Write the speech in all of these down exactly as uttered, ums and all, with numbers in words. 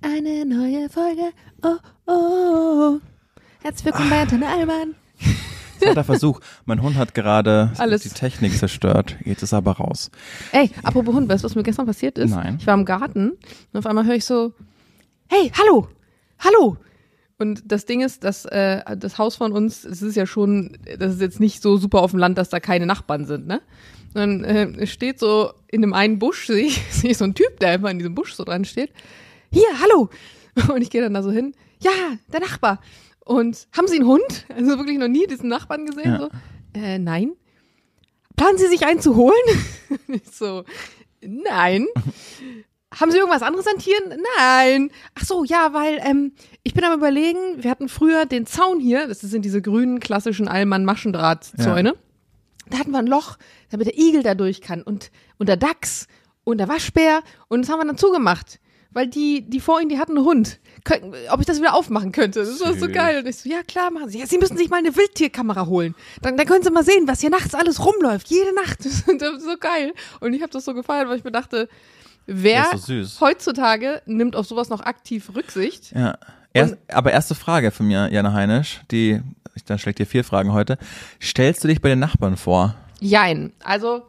eine neue Folge. Oh, oh, oh. Herzlich willkommen bei Antenne Allmann. Zweiter Versuch. Mein Hund hat gerade Alles. die Technik zerstört. Jetzt ist er aber raus. Ey, apropos Hund, weißt du, was mir gestern passiert ist? Nein. Ich war im Garten und auf einmal höre ich so, hey, hallo, hallo. Und das Ding ist, dass äh, das Haus von uns, es ist ja schon, das ist jetzt nicht so super auf dem Land, dass da keine Nachbarn sind, ne? Und dann äh, steht so in dem einen Busch, sehe ich, seh ich so einen Typ, der einfach in diesem Busch so dran steht. Hier, hallo. Und ich gehe dann da so hin. Ja, der Nachbar. Und haben Sie einen Hund? Also wirklich noch nie diesen Nachbarn gesehen? Ja. So. Äh, nein. Planen Sie sich einen zu holen? Ich so, nein. Haben Sie irgendwas anderes an Tieren? Nein. Ach so, ja, weil ähm, ich bin am Überlegen, wir hatten früher den Zaun hier, das sind diese grünen klassischen Allmann-Maschendrahtzäune. Ja. Da hatten wir ein Loch, damit der Igel da durch kann und, und der Dachs und der Waschbär und das haben wir dann zugemacht. Weil die, die vor ihnen, die hatten einen Hund. Kön- ob ich das wieder aufmachen könnte. Das war so geil. Und ich so, ja klar, machen Sie. Ja, Sie müssen sich mal eine Wildtierkamera holen. Dann, dann können Sie mal sehen, was hier nachts alles rumläuft. Jede Nacht. Das ist so geil. Und ich habe das so gefeiert, weil ich mir dachte, wer so heutzutage nimmt auf sowas noch aktiv Rücksicht? Ja. Erst, aber erste Frage von mir, Jana Heinisch, die, ich dann stelle dir vier Fragen heute. Stellst du dich bei den Nachbarn vor? Jein. Also,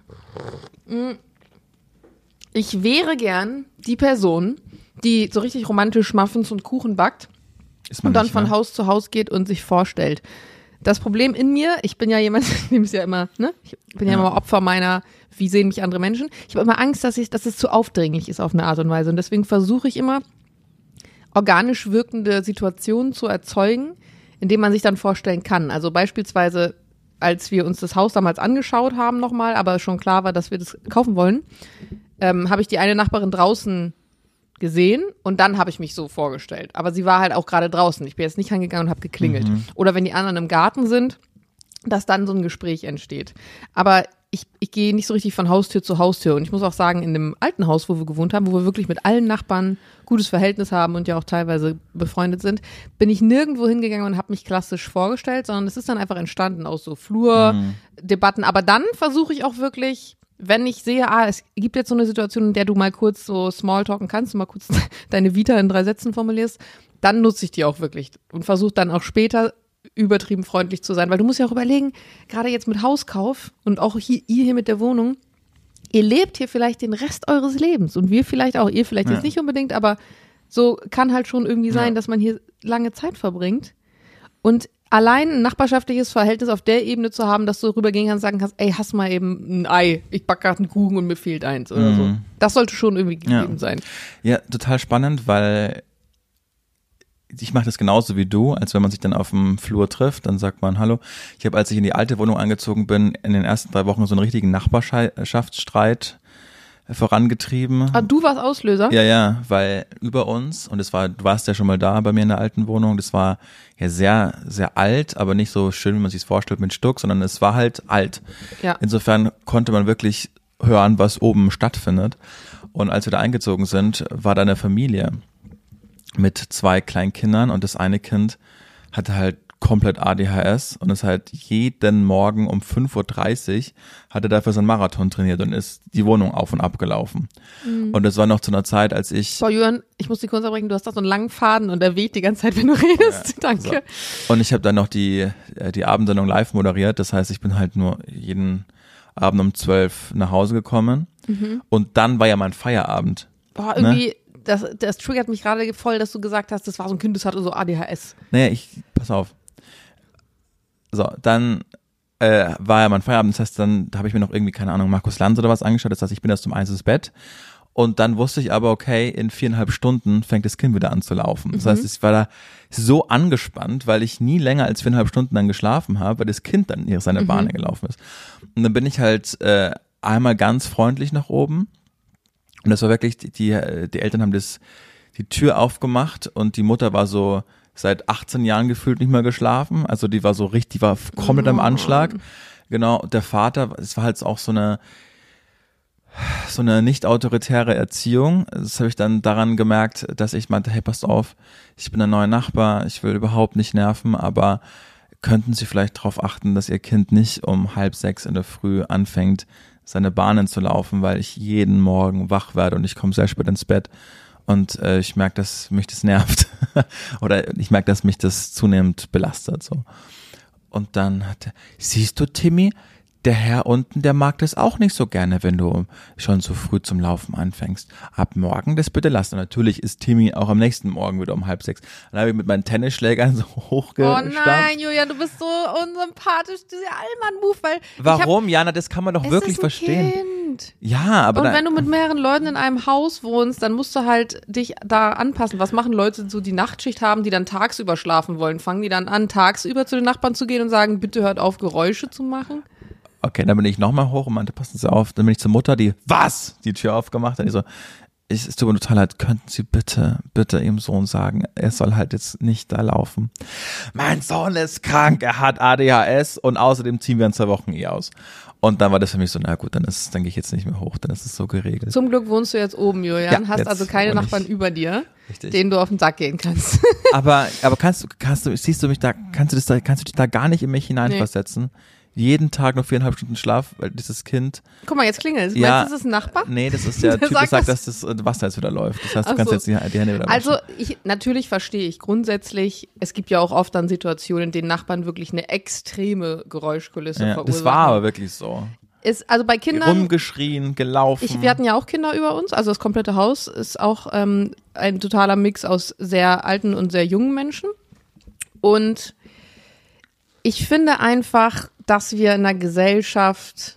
mh, ich wäre gern die Person, die so richtig romantisch Muffins und Kuchen backt Ist man und dann nicht, von ne? Haus zu Haus geht und sich vorstellt. Das Problem in mir, ich bin ja jemand, dem ist ja immer, ne? Ich bin ja, Ja. immer Opfer meiner, wie sehen mich andere Menschen. Ich habe immer Angst, dass ich, dass es zu aufdringlich ist auf eine Art und Weise. Und deswegen versuche ich immer, organisch wirkende Situationen zu erzeugen, indem man sich dann vorstellen kann. Also beispielsweise, als wir uns das Haus damals angeschaut haben nochmal, aber schon klar war, dass wir das kaufen wollen, ähm, habe ich die eine Nachbarin draußen gesehen und dann habe ich mich so vorgestellt. Aber sie war halt auch gerade draußen. Ich bin jetzt nicht rangegangen und habe geklingelt. Mhm. Oder wenn die anderen im Garten sind, dass dann so ein Gespräch entsteht. Aber ich, ich gehe nicht so richtig von Haustür zu Haustür. Und ich muss auch sagen, in dem alten Haus, wo wir gewohnt haben, wo wir wirklich mit allen Nachbarn gutes Verhältnis haben und ja auch teilweise befreundet sind, bin ich nirgendwo hingegangen und habe mich klassisch vorgestellt, sondern es ist dann einfach entstanden aus so Flurdebatten. Aber dann versuche ich auch wirklich, wenn ich sehe, ah, es gibt jetzt so eine Situation, in der du mal kurz so Smalltalken kannst, du mal kurz deine Vita in drei Sätzen formulierst, dann nutze ich die auch wirklich und versuche dann auch später übertrieben freundlich zu sein, weil du musst ja auch überlegen, gerade jetzt mit Hauskauf und auch hier, ihr hier mit der Wohnung, ihr lebt hier vielleicht den Rest eures Lebens und wir vielleicht auch, ihr vielleicht Ja. jetzt nicht unbedingt, aber so kann halt schon irgendwie sein, Ja. dass man hier lange Zeit verbringt und allein ein nachbarschaftliches Verhältnis auf der Ebene zu haben, dass du rübergehen kannst und sagen kannst, ey, hast mal eben ein Ei, ich back gerade einen Kuchen und mir fehlt eins oder Mhm. so. Das sollte schon irgendwie gegeben Ja. sein. Ja, total spannend, weil ich mache das genauso wie du, als wenn man sich dann auf dem Flur trifft, dann sagt man Hallo. Ich habe, als ich in die alte Wohnung angezogen bin, in den ersten drei Wochen so einen richtigen Nachbarschaftsstreit vorangetrieben. Ah, du warst Auslöser? Ja, ja, weil über uns, und es war, du warst ja schon mal da bei mir in der alten Wohnung, das war ja sehr, sehr alt, aber nicht so schön, wie man sich es vorstellt mit Stuck, sondern es war halt alt. Ja. Insofern konnte man wirklich hören, was oben stattfindet. Und als wir da eingezogen sind, war da eine Familie mit zwei kleinen Kindern und das eine Kind hatte halt komplett A D H S und ist halt jeden Morgen um fünf Uhr dreißig hat er dafür so einen Marathon trainiert und ist die Wohnung auf und ab gelaufen. Mhm. Und das war noch zu einer Zeit, als ich... So, Jürgen, ich muss dich kurz unterbrechen, du hast da so einen langen Faden und der weht die ganze Zeit, wenn du redest. Ja, Danke. So. Und ich habe dann noch die, die Abendsendung live moderiert, das heißt, ich bin halt nur jeden Abend um zwölf nach Hause gekommen mhm. und dann war ja mein Feierabend. Boah, irgendwie... Ne? Das, das triggert mich gerade voll, dass du gesagt hast, das war so ein Kind, das hatte so A D H S. Naja, ich, pass auf. So, dann äh, war ja mein Feierabend, das heißt, dann da habe ich mir noch irgendwie, keine Ahnung, Markus Lanz oder was angeschaut, das heißt, ich bin erst um eins ins Bett und dann wusste ich aber, okay, in viereinhalb Stunden fängt das Kind wieder an zu laufen. Das mhm. heißt, ich war da so angespannt, weil ich nie länger als viereinhalb Stunden dann geschlafen habe, weil das Kind dann ihre seine mhm. Bahn gelaufen ist. Und dann bin ich halt äh, einmal ganz freundlich nach oben. Und das war wirklich, die, die, die Eltern haben das, die Tür aufgemacht und die Mutter war so seit achtzehn Jahren gefühlt nicht mehr geschlafen. Also die war so richtig, die war komplett am Anschlag. Genau, der Vater, es war halt auch so eine, so eine nicht autoritäre Erziehung. Das habe ich dann daran gemerkt, dass ich meinte, hey, passt auf, ich bin ein neuer Nachbar, ich will überhaupt nicht nerven, aber könnten Sie vielleicht darauf achten, dass Ihr Kind nicht um halb sechs in der Früh anfängt, seine Bahnen zu laufen, weil ich jeden Morgen wach werde und ich komme sehr spät ins Bett Und äh, ich merke, dass mich das nervt. Oder ich merke, dass mich das zunehmend belastet. So. Und dann hat er, siehst du, Timmy, der Herr unten, der mag das auch nicht so gerne, wenn du schon so früh zum Laufen anfängst. Ab morgen das bitte lassen. Und natürlich ist Timmy auch am nächsten Morgen wieder um halb sechs. Dann habe ich mit meinen Tennisschlägern so hochgestampft. Oh nein, Julian, du bist so unsympathisch, dieser Allmann-Move, weil Warum, hab, Jana? Das kann man doch es wirklich ist ein verstehen. Kind. Ja, aber und dann, wenn du mit mehreren Leuten in einem Haus wohnst, dann musst du halt dich da anpassen. Was machen Leute, so die Nachtschicht haben, die dann tagsüber schlafen wollen? Fangen die dann an, tagsüber zu den Nachbarn zu gehen und sagen, bitte hört auf, Geräusche zu machen? Okay, dann bin ich nochmal hoch und meinte, passen Sie auf. Dann bin ich zur Mutter, die, was? Die Tür aufgemacht hat. Die so, ich, es tut mir total leid, könnten Sie bitte, bitte Ihrem Sohn sagen, er soll halt jetzt nicht da laufen. Mein Sohn ist krank, er hat A D H S und außerdem ziehen wir in zwei Wochen eh aus. Und dann war das für mich so, na gut, dann ist, dann gehe ich jetzt nicht mehr hoch, dann ist es so geregelt. Zum Glück wohnst du jetzt oben, Julian, Ja, hast jetzt also keine wohne ich. Nachbarn über dir, Richtig. denen du auf den Sack gehen kannst. Aber, aber kannst du, kannst du, siehst du mich da, kannst du das da, kannst du dich da gar nicht in mich hineinversetzen? Jeden Tag nur viereinhalb Stunden Schlaf, weil dieses Kind. Guck mal, jetzt klingelt es. Ja, Meinst du, das ist ein Nachbar? Nee, das ist der, Der Typ, der sagt sagt, das- dass das Wasser jetzt wieder läuft. Das heißt, du Ach kannst so. jetzt die, die Hände wieder waschen. Also ich, natürlich verstehe ich grundsätzlich, es gibt ja auch oft dann Situationen, in denen Nachbarn wirklich eine extreme Geräuschkulisse ja, verursachen. das war aber wirklich so. Ist, also bei Kindern, Rumgeschrien, gelaufen. ich, wir hatten ja auch Kinder über uns, also das komplette Haus ist auch ähm, ein totaler Mix aus sehr alten und sehr jungen Menschen. Und ich finde einfach, dass wir in der Gesellschaft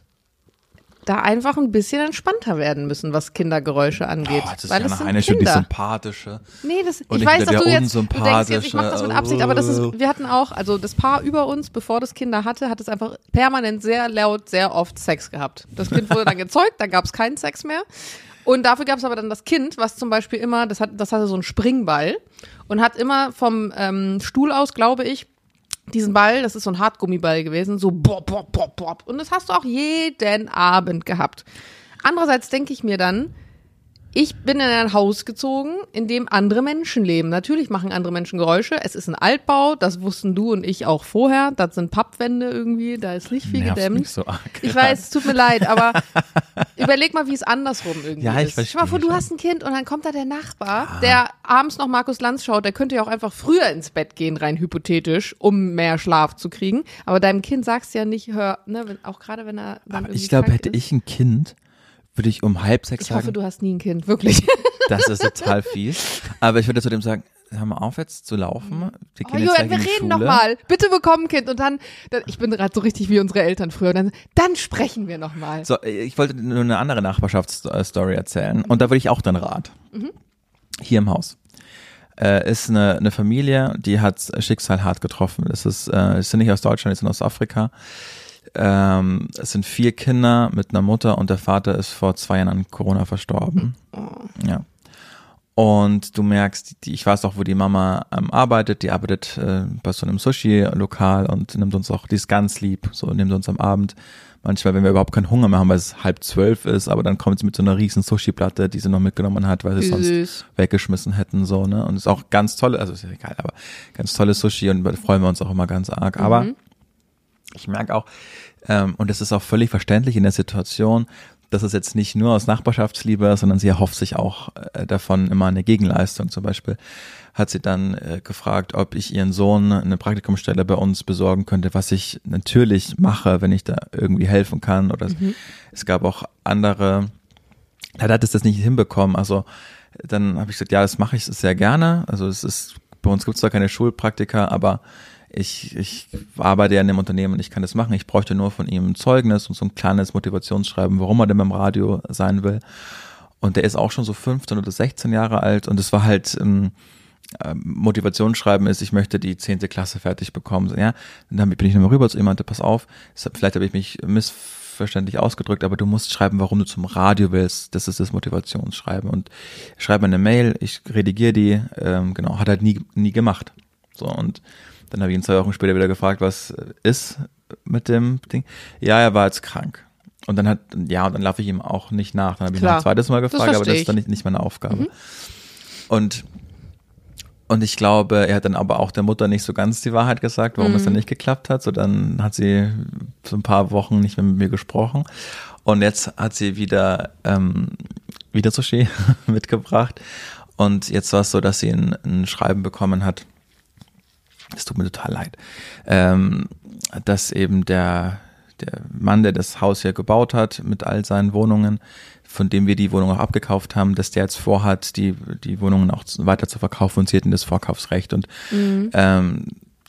da einfach ein bisschen entspannter werden müssen, was Kindergeräusche angeht. Boah, das ist weil ja es eine sind eine schon die Kinder. sympathische. Nee, das, Und ich nicht weiß, wieder dass du der jetzt, du denkst jetzt, ich mach das mit Absicht, aber das ist, wir hatten auch, also das Paar über uns, bevor das Kinder hatte, hat es einfach permanent sehr laut, sehr oft Sex gehabt. Das Kind wurde dann gezeugt, dann gab es keinen Sex mehr. Und dafür gab es aber dann das Kind, was zum Beispiel immer, das, hat, das hatte so einen Springball und hat immer vom ähm, Stuhl aus, glaube ich, diesen Ball, das ist so ein Hartgummiball gewesen, so bop, bop, bop, bop. Und das hast du auch jeden Abend gehabt. Andererseits denke ich mir dann, ich bin in ein Haus gezogen, in dem andere Menschen leben. Natürlich machen andere Menschen Geräusche. Es ist ein Altbau, das wussten du und ich auch vorher. Das sind Pappwände irgendwie, da ist nicht viel Nervt gedämmt. mich so arg. Ich weiß, es tut mir leid, aber überleg mal, wie es andersrum irgendwie Ja, ich ist. verstehe Stell mal vor, du schon. hast ein Kind und dann kommt da der Nachbar, der abends noch Markus Lanz schaut, der könnte ja auch einfach früher ins Bett gehen, rein hypothetisch, um mehr Schlaf zu kriegen. Aber deinem Kind sagst du ja nicht, hör, ne, wenn, auch gerade wenn er dann Aber irgendwie ich glaube, krank hätte ist. ich ein Kind, würde ich um halb sechs Ich sagen, hoffe, du hast nie ein Kind, wirklich. das ist total fies. Aber ich würde zu dem sagen, hör mal auf jetzt zu laufen. Wir Oh, gehen jetzt Julian, gleich wir in die reden Schule. nochmal. Bitte bekommen Kind. Und dann, dann ich bin gerade so richtig wie unsere Eltern früher. Dann, dann sprechen wir nochmal. So, ich wollte nur eine andere Nachbarschaftsstory erzählen. Und da würde ich auch dann Rat. Mhm. Hier im Haus. Äh, ist eine, eine Familie, die hat Schicksal hart getroffen. Das ist, äh, die sind nicht aus Deutschland, die sind aus Afrika. Ähm, es sind vier Kinder mit einer Mutter und der Vater ist vor zwei Jahren an Corona verstorben. Ja. Und du merkst, die, ich weiß auch, wo die Mama ähm, arbeitet. Die arbeitet äh, bei so einem Sushi-Lokal und nimmt uns auch, die ist ganz lieb, so nimmt uns am Abend. Manchmal, wenn wir überhaupt keinen Hunger mehr haben, weil es halb zwölf ist, aber dann kommt sie mit so einer riesen Sushi-Platte, die sie noch mitgenommen hat, weil sie es sonst Süß. weggeschmissen hätten, so, ne? Und ist auch ganz tolle, also ist ja egal, aber ganz tolles Sushi und da freuen wir uns auch immer ganz arg. Aber Mhm. ich merke auch, ähm, und es ist auch völlig verständlich in der Situation, dass es jetzt nicht nur aus Nachbarschaftsliebe ist, sondern sie erhofft sich auch äh, davon immer eine Gegenleistung. Zum Beispiel hat sie dann äh, gefragt, ob ich ihren Sohn eine Praktikumsstelle bei uns besorgen könnte, was ich natürlich mache, wenn ich da irgendwie helfen kann. Oder es, Mhm. es gab auch andere, leider hat es das nicht hinbekommen. Also dann habe ich gesagt, ja, das mache ich sehr gerne. Also es ist, bei uns gibt es zwar keine Schulpraktika, aber ich, ich arbeite ja in dem Unternehmen und ich kann das machen. Ich bräuchte nur von ihm ein Zeugnis und so ein kleines Motivationsschreiben, warum er denn beim Radio sein will. Und der ist auch schon so fünfzehn oder sechzehn Jahre alt und es war halt, ähm, Motivationsschreiben ist, ich möchte die zehnte Klasse fertig bekommen. So, ja, dann bin ich nochmal rüber zu ihm und meinte, pass auf, vielleicht habe ich mich missverständlich ausgedrückt, aber du musst schreiben, warum du zum Radio willst. Das ist das Motivationsschreiben. Und schreibe eine Mail, ich redigiere die, ähm, genau, hat halt nie, nie gemacht. So, und dann habe ich ihn zwei Wochen später wieder gefragt, was ist mit dem Ding. Ja, er war jetzt krank. Und dann hat, ja, und dann laufe ich ihm auch nicht nach. Dann habe ich ihn noch Klar. ein zweites Mal Das gefragt, aber das verstehe ist dann ich. nicht, nicht meine Aufgabe. Mhm. Und Und ich glaube, er hat dann aber auch der Mutter nicht so ganz die Wahrheit gesagt, warum Mhm. es dann nicht geklappt hat. So, dann hat sie so ein paar Wochen nicht mehr mit mir gesprochen. Und jetzt hat sie wieder, ähm, wieder Sushi mitgebracht. Und jetzt war es so, dass sie ein, ein Schreiben bekommen hat, es tut mir total leid, ähm, dass eben der, der Mann, der das Haus hier gebaut hat mit all seinen Wohnungen, von dem wir die Wohnung auch abgekauft haben, dass der jetzt vorhat, die, die Wohnungen auch weiter zu verkaufen und sie hätten das Vorkaufsrecht. Und mhm. ähm,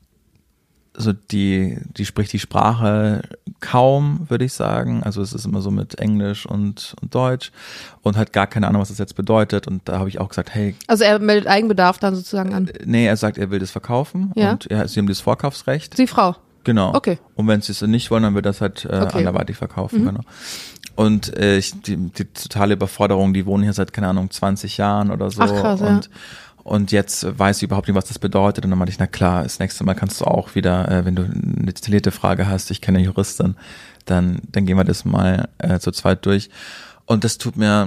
so die, die spricht die Sprache kaum, würde ich sagen. Also es ist immer so mit Englisch und, und Deutsch und hat gar keine Ahnung, was das jetzt bedeutet. Und da habe ich auch gesagt, hey. Also er meldet Eigenbedarf dann sozusagen an? Nee, er sagt, er will das verkaufen ja. und er, sie haben das Vorkaufsrecht. Sie Frau? Genau. Okay. Und wenn sie es nicht wollen, dann wird das halt äh, okay. anderweitig verkaufen, mhm. genau. Und äh, ich, die, die totale Überforderung, die wohnen hier seit, keine Ahnung, zwanzig Jahren oder so. Ach krass, und ja. Und jetzt weiß ich überhaupt nicht, was das bedeutet. Und dann meinte ich, na klar, das nächste Mal kannst du auch wieder, äh, wenn du eine detaillierte Frage hast, ich kenne eine Juristin, dann, dann gehen wir das mal äh, zu zweit durch. Und das tut mir,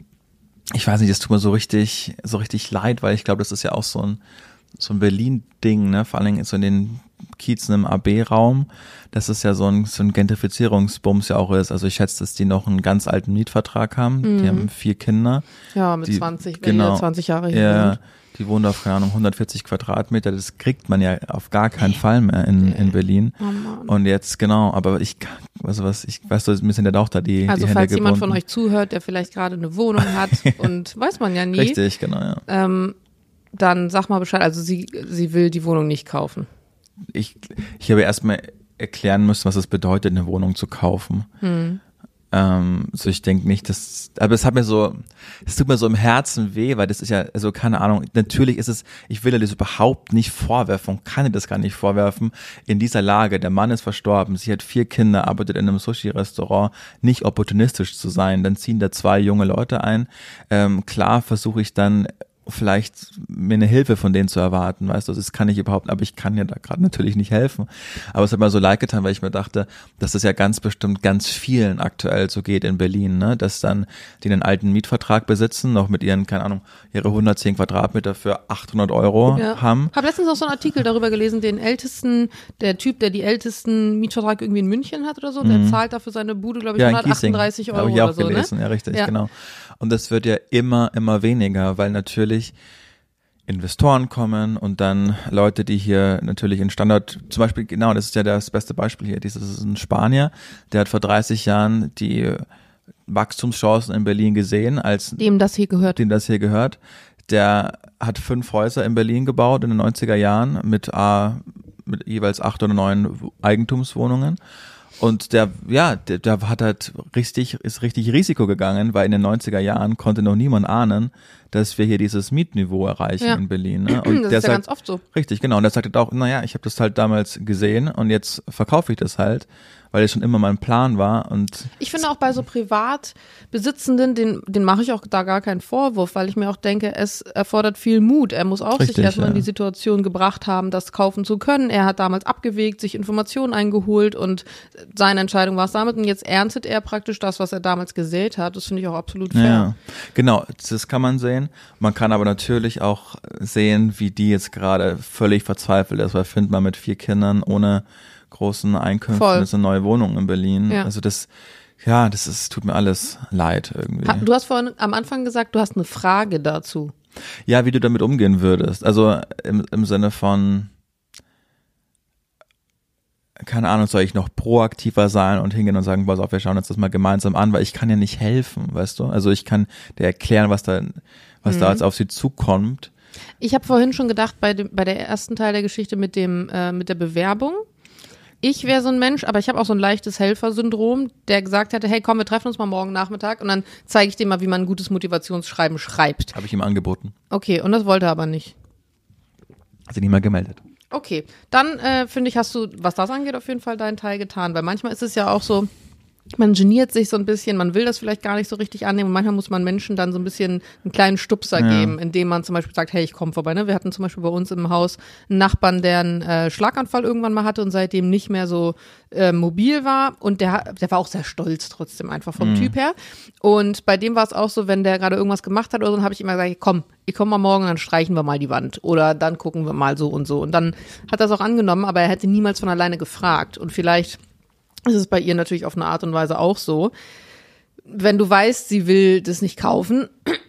ich weiß nicht, das tut mir so richtig, so richtig leid, weil ich glaube, das ist ja auch so ein, so ein Berlin-Ding, ne? Vor allen Dingen so in den Kiezen im A B-Raum, dass es ja so ein, so ein Gentrifizierungsbums ja auch ist. Also ich schätze, dass die noch einen ganz alten Mietvertrag haben. Mhm. Die haben vier Kinder. Ja, mit die, zwanzig, genau, wenn ihr zwanzig Jahre hier ja, sind. Die wohnen auf, keine Ahnung, hundertvierzig Quadratmeter. Das kriegt man ja auf gar keinen nee. Fall mehr in, nee. in Berlin. Oh Mann. Und jetzt, genau, aber ich, also was, ich weiß, mir sind ja auch da die, also die Hände falls gebunden. jemand von euch zuhört, der vielleicht gerade eine Wohnung hat und weiß man ja nie. Richtig, genau, ja. Ähm, dann sag mal Bescheid. Also sie, sie will die Wohnung nicht kaufen. Ich, ich habe erstmal erklären müssen, was es bedeutet, eine Wohnung zu kaufen. Hm. Ähm, so ich denke nicht, dass, aber es hat mir so, es tut mir so im Herzen weh, weil das ist ja, also keine Ahnung, natürlich ist es, ich will ihr das überhaupt nicht vorwerfen und kann ihr das gar nicht vorwerfen, in dieser Lage, der Mann ist verstorben, sie hat vier Kinder, arbeitet in einem Sushi-Restaurant, nicht opportunistisch zu sein, dann ziehen da zwei junge Leute ein, ähm, klar versuche ich dann vielleicht mir eine Hilfe von denen zu erwarten, weißt du, das kann ich überhaupt, aber ich kann ja da gerade natürlich nicht helfen. Aber es hat mir so leid getan, weil ich mir dachte, dass das ja ganz bestimmt ganz vielen aktuell so geht in Berlin, ne, dass dann die einen alten Mietvertrag besitzen, noch mit ihren, keine Ahnung, ihre hundertzehn Quadratmeter für achthundert Euro ja. haben. Hab letztens auch so einen Artikel darüber gelesen, den ältesten, der Typ, der die ältesten Mietvertrag irgendwie in München hat oder so, der mhm. zahlt dafür seine Bude, glaube ich, ja, hundertachtunddreißig Euro habe ich auch oder so, gelesen, ne? Ja, richtig, ja. genau. Und das wird ja immer, immer weniger, weil natürlich Investoren kommen und dann Leute, die hier natürlich in Standard, zum Beispiel, genau, das ist ja das beste Beispiel hier, dieses ist ein Spanier, der hat vor dreißig Jahren die Wachstumschancen in Berlin gesehen, als dem das hier gehört. Dem das hier gehört. Der hat fünf Häuser in Berlin gebaut in den neunziger Jahren mit, äh, mit jeweils acht oder neun Eigentumswohnungen. Und der, ja, der, der hat halt richtig, ist richtig Risiko gegangen, weil in den neunziger Jahren konnte noch niemand ahnen, dass wir hier dieses Mietniveau erreichen ja. in Berlin. Ne? Und das der ist ja sagt, ganz oft so. Richtig, genau. Und der sagt halt auch, naja, ich habe das halt damals gesehen und jetzt verkaufe ich das halt, weil das schon immer mein Plan war. Und ich finde auch bei so Privatbesitzenden, den, den mache ich auch da gar keinen Vorwurf, weil ich mir auch denke, es erfordert viel Mut. Er muss auch Richtig, sich erstmal ja. in die Situation gebracht haben, das kaufen zu können. Er hat damals abgewegt, sich Informationen eingeholt und seine Entscheidung war es damit. Und jetzt erntet er praktisch das, was er damals gesät hat. Das finde ich auch absolut fair. Ja, genau, das kann man sehen. Man kann aber natürlich auch sehen, wie die jetzt gerade völlig verzweifelt ist, weil findet man mit vier Kindern ohne großen Einkünften Voll. ist eine neue Wohnung in Berlin. Ja. Also das, ja, das ist, tut mir alles leid irgendwie. Du hast vorhin am Anfang gesagt, du hast eine Frage dazu. Ja, wie du damit umgehen würdest. Also im, im Sinne von, keine Ahnung, soll ich noch proaktiver sein und hingehen und sagen, pass auf, wir schauen uns das mal gemeinsam an, weil ich kann ja nicht helfen, weißt du? Also ich kann dir erklären, was da, was mhm. da jetzt auf sie zukommt. Ich habe vorhin schon gedacht, bei dem, bei der ersten Teil der Geschichte mit dem, äh, mit der Bewerbung, ich wäre so ein Mensch, aber ich habe auch so ein leichtes Helfersyndrom, der gesagt hätte, hey komm, wir treffen uns mal morgen Nachmittag und dann zeige ich dir mal, wie man ein gutes Motivationsschreiben schreibt. Habe ich ihm angeboten. Okay, und das wollte er aber nicht. Hat sich nicht mal gemeldet. Okay, dann äh, finde ich, hast du, was das angeht, auf jeden Fall deinen Teil getan, weil manchmal ist es ja auch so, man geniert sich so ein bisschen, man will das vielleicht gar nicht so richtig annehmen und manchmal muss man Menschen dann so ein bisschen einen kleinen Stupser ja. geben, indem man zum Beispiel sagt, hey, ich komme vorbei. Ne? Wir hatten zum Beispiel bei uns im Haus einen Nachbarn, der einen äh, Schlaganfall irgendwann mal hatte und seitdem nicht mehr so äh, mobil war und der, der war auch sehr stolz trotzdem einfach vom mhm. Typ her und bei dem war es auch so, wenn der gerade irgendwas gemacht hat oder so, dann habe ich immer gesagt, komm, ich komme mal morgen, dann streichen wir mal die Wand oder dann gucken wir mal so und so und dann hat er es auch angenommen, aber er hätte niemals von alleine gefragt und vielleicht ist es bei ihr natürlich auf eine Art und Weise auch so. Wenn du weißt, sie will das nicht kaufen,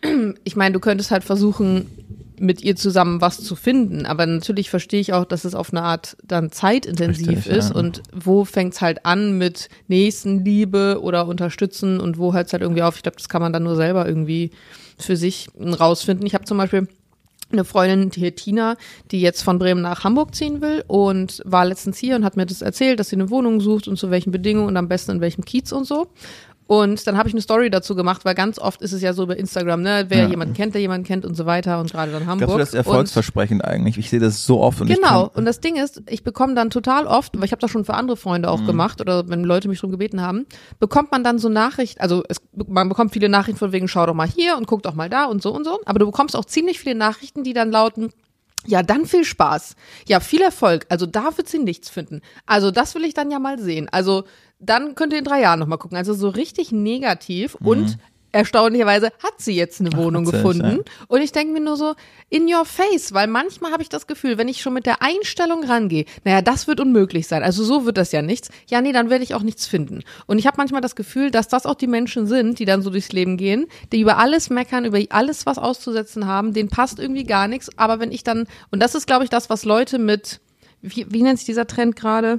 ich meine, du könntest halt versuchen, mit ihr zusammen was zu finden, aber natürlich verstehe ich auch, dass es auf eine Art dann zeitintensiv Richtig, ist ja. und wo fängt's halt an mit Nächstenliebe oder Unterstützen und wo hört's halt irgendwie auf. Ich glaube, das kann man dann nur selber irgendwie für sich rausfinden. Ich habe zum Beispiel eine Freundin, die hier Tina, die jetzt von Bremen nach Hamburg ziehen will und war letztens hier und hat mir das erzählt, dass sie eine Wohnung sucht und zu welchen Bedingungen und am besten in welchem Kiez und so. Und dann habe ich eine Story dazu gemacht, weil ganz oft ist es ja so bei Instagram, ne, wer Ja. jemanden kennt, der jemanden kennt und so weiter und gerade dann Hamburg. Glaubst du, das ist erfolgsversprechend eigentlich? Ich sehe das so oft. Und Genau, ich kann, und das Ding ist, ich bekomme dann total oft, weil ich habe das schon für andere Freunde auch Mhm. gemacht oder wenn Leute mich drum gebeten haben, bekommt man dann so Nachrichten, also es, man bekommt viele Nachrichten von wegen, schau doch mal hier und guck doch mal da und so und so, aber du bekommst auch ziemlich viele Nachrichten, die dann lauten, ja, dann viel Spaß. Ja, viel Erfolg. Also da wird sie nichts finden. Also das will ich dann ja mal sehen. Also dann könnt ihr in drei Jahren nochmal gucken. Also so richtig negativ Mhm. und erstaunlicherweise hat sie jetzt eine Wohnung hat sie es, gefunden. ja. Und ich denke mir nur so, in your face, weil manchmal habe ich das Gefühl, wenn ich schon mit der Einstellung rangehe, naja, das wird unmöglich sein, also so wird das ja nichts, ja nee, dann werde ich auch nichts finden. Und ich habe manchmal das Gefühl, dass das auch die Menschen sind, die dann so durchs Leben gehen, die über alles meckern, über alles, was auszusetzen haben, denen passt irgendwie gar nichts, aber wenn ich dann, und das ist, glaube ich, das, was Leute mit, wie, wie nennt sich dieser Trend gerade?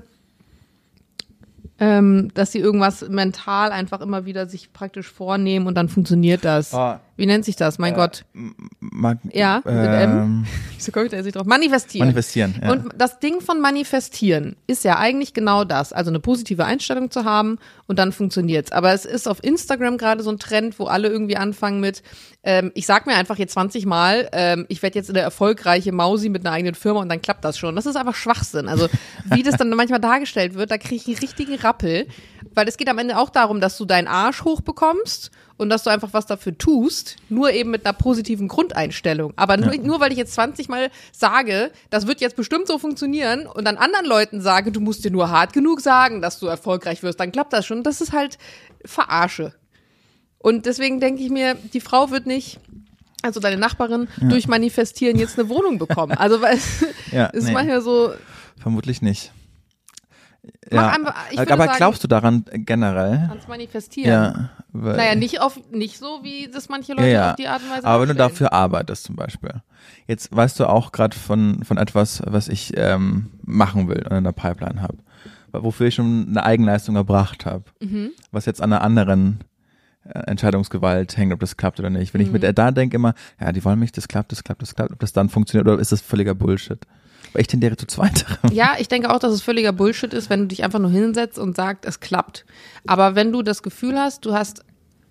Ähm, dass sie irgendwas mental einfach immer wieder sich praktisch vornehmen und dann funktioniert das. Oh. Wie nennt sich das? Mein Äh, Gott. Mag, Ja, mit ähm, Wieso komme ich da jetzt nicht drauf? Manifestieren. Manifestieren, ja. Und das Ding von Manifestieren ist ja eigentlich genau das. Also eine positive Einstellung zu haben und dann funktioniert's. Aber es ist auf Instagram gerade so ein Trend, wo alle irgendwie anfangen mit, ähm, ich sag mir einfach jetzt zwanzig Mal, ähm, ich werde jetzt eine erfolgreiche Mausi mit einer eigenen Firma und dann klappt das schon. Das ist einfach Schwachsinn. Also wie das dann manchmal dargestellt wird, da kriege ich einen richtigen Rappel. Weil es geht am Ende auch darum, dass du deinen Arsch hochbekommst und dass du einfach was dafür tust, nur eben mit einer positiven Grundeinstellung. Aber nur, Ja. nur weil ich jetzt zwanzig Mal sage, das wird jetzt bestimmt so funktionieren und dann anderen Leuten sage, du musst dir nur hart genug sagen, dass du erfolgreich wirst, dann klappt das schon. Das ist halt Verarsche. Und deswegen denke ich mir, die Frau wird nicht, also deine Nachbarin, Ja. durch Manifestieren jetzt eine Wohnung bekommen. Also weil es Ja, ist nee. manchmal so, Vermutlich nicht. Mach Ja. einfach- ich würde aber sagen- glaubst du daran generell? ans Manifestieren. Ja. Weil, Naja, nicht auf, nicht so, wie das manche Leute ja, ja. auf die Art und Weise Aber wenn du darstellen. dafür arbeitest zum Beispiel. Jetzt weißt du auch gerade von, von etwas, was ich ähm, machen will und in der Pipeline habe. Wofür ich schon eine Eigenleistung erbracht habe. Mhm. Was jetzt an einer anderen äh, Entscheidungsgewalt hängt, ob das klappt oder nicht. Wenn ich Mhm. mit der da denke immer, ja, die wollen mich, das klappt, das klappt, das klappt, ob das dann funktioniert oder ist das völliger Bullshit. Weil ich tendiere zu zweiterem. Ja, ich denke auch, dass es völliger Bullshit ist, wenn du dich einfach nur hinsetzt und sagst, es klappt. Aber wenn du das Gefühl hast, du hast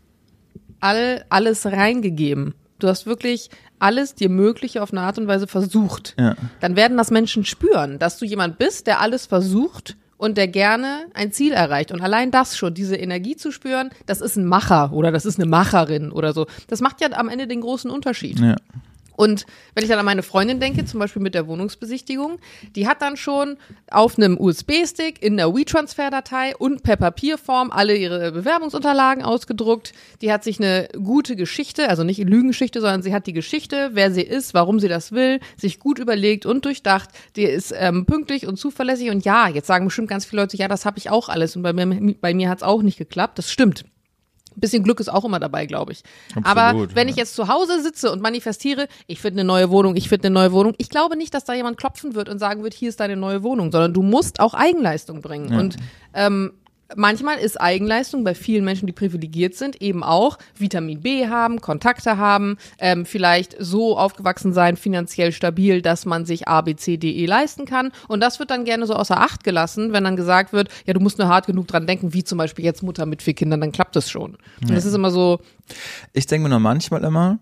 all, alles reingegeben, du hast wirklich alles dir Mögliche auf eine Art und Weise versucht, Ja. dann werden das Menschen spüren, dass du jemand bist, der alles versucht und der gerne ein Ziel erreicht. Und allein das schon, diese Energie zu spüren, das ist ein Macher oder das ist eine Macherin oder so. Das macht ja am Ende den großen Unterschied. Ja. Und wenn ich dann an meine Freundin denke, zum Beispiel mit der Wohnungsbesichtigung, die hat dann schon auf einem U S B-Stick in der WeTransfer-Datei und per Papierform alle ihre Bewerbungsunterlagen ausgedruckt. Die hat sich eine gute Geschichte, also nicht Lügengeschichte, sondern sie hat die Geschichte, wer sie ist, warum sie das will, sich gut überlegt und durchdacht. Die ist ähm, pünktlich und zuverlässig. Und ja, jetzt sagen bestimmt ganz viele Leute, ja, das habe ich auch alles. Und bei mir, bei mir hat es auch nicht geklappt. Das stimmt. Ein bisschen Glück ist auch immer dabei, glaube ich. Absolut, Aber wenn ja. ich jetzt zu Hause sitze und manifestiere, ich finde eine neue Wohnung, ich finde eine neue Wohnung, ich glaube nicht, dass da jemand klopfen wird und sagen wird, hier ist deine neue Wohnung, sondern du musst auch Eigenleistung bringen. Ja. Und ähm, manchmal ist Eigenleistung bei vielen Menschen, die privilegiert sind, eben auch Vitamin B haben, Kontakte haben, ähm, vielleicht so aufgewachsen sein, finanziell stabil, dass man sich A, B, C, D, E leisten kann. Und das wird dann gerne so außer Acht gelassen, wenn dann gesagt wird, ja, du musst nur hart genug dran denken, wie zum Beispiel jetzt Mutter mit vier Kindern, dann klappt es schon. Und das ist immer so, Ich denke mir nur manchmal immer,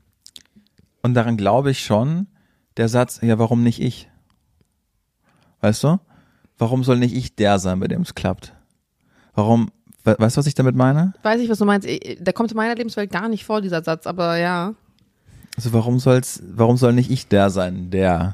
und daran glaube ich schon, der Satz, ja, warum nicht ich? Weißt du? Warum soll nicht ich der sein, bei dem es klappt? Warum, we- weißt du, was ich damit meine? weiß ich, was du meinst. Der kommt in meiner Lebenswelt gar nicht vor, dieser Satz, aber ja. Also warum soll's, warum soll nicht ich der sein, der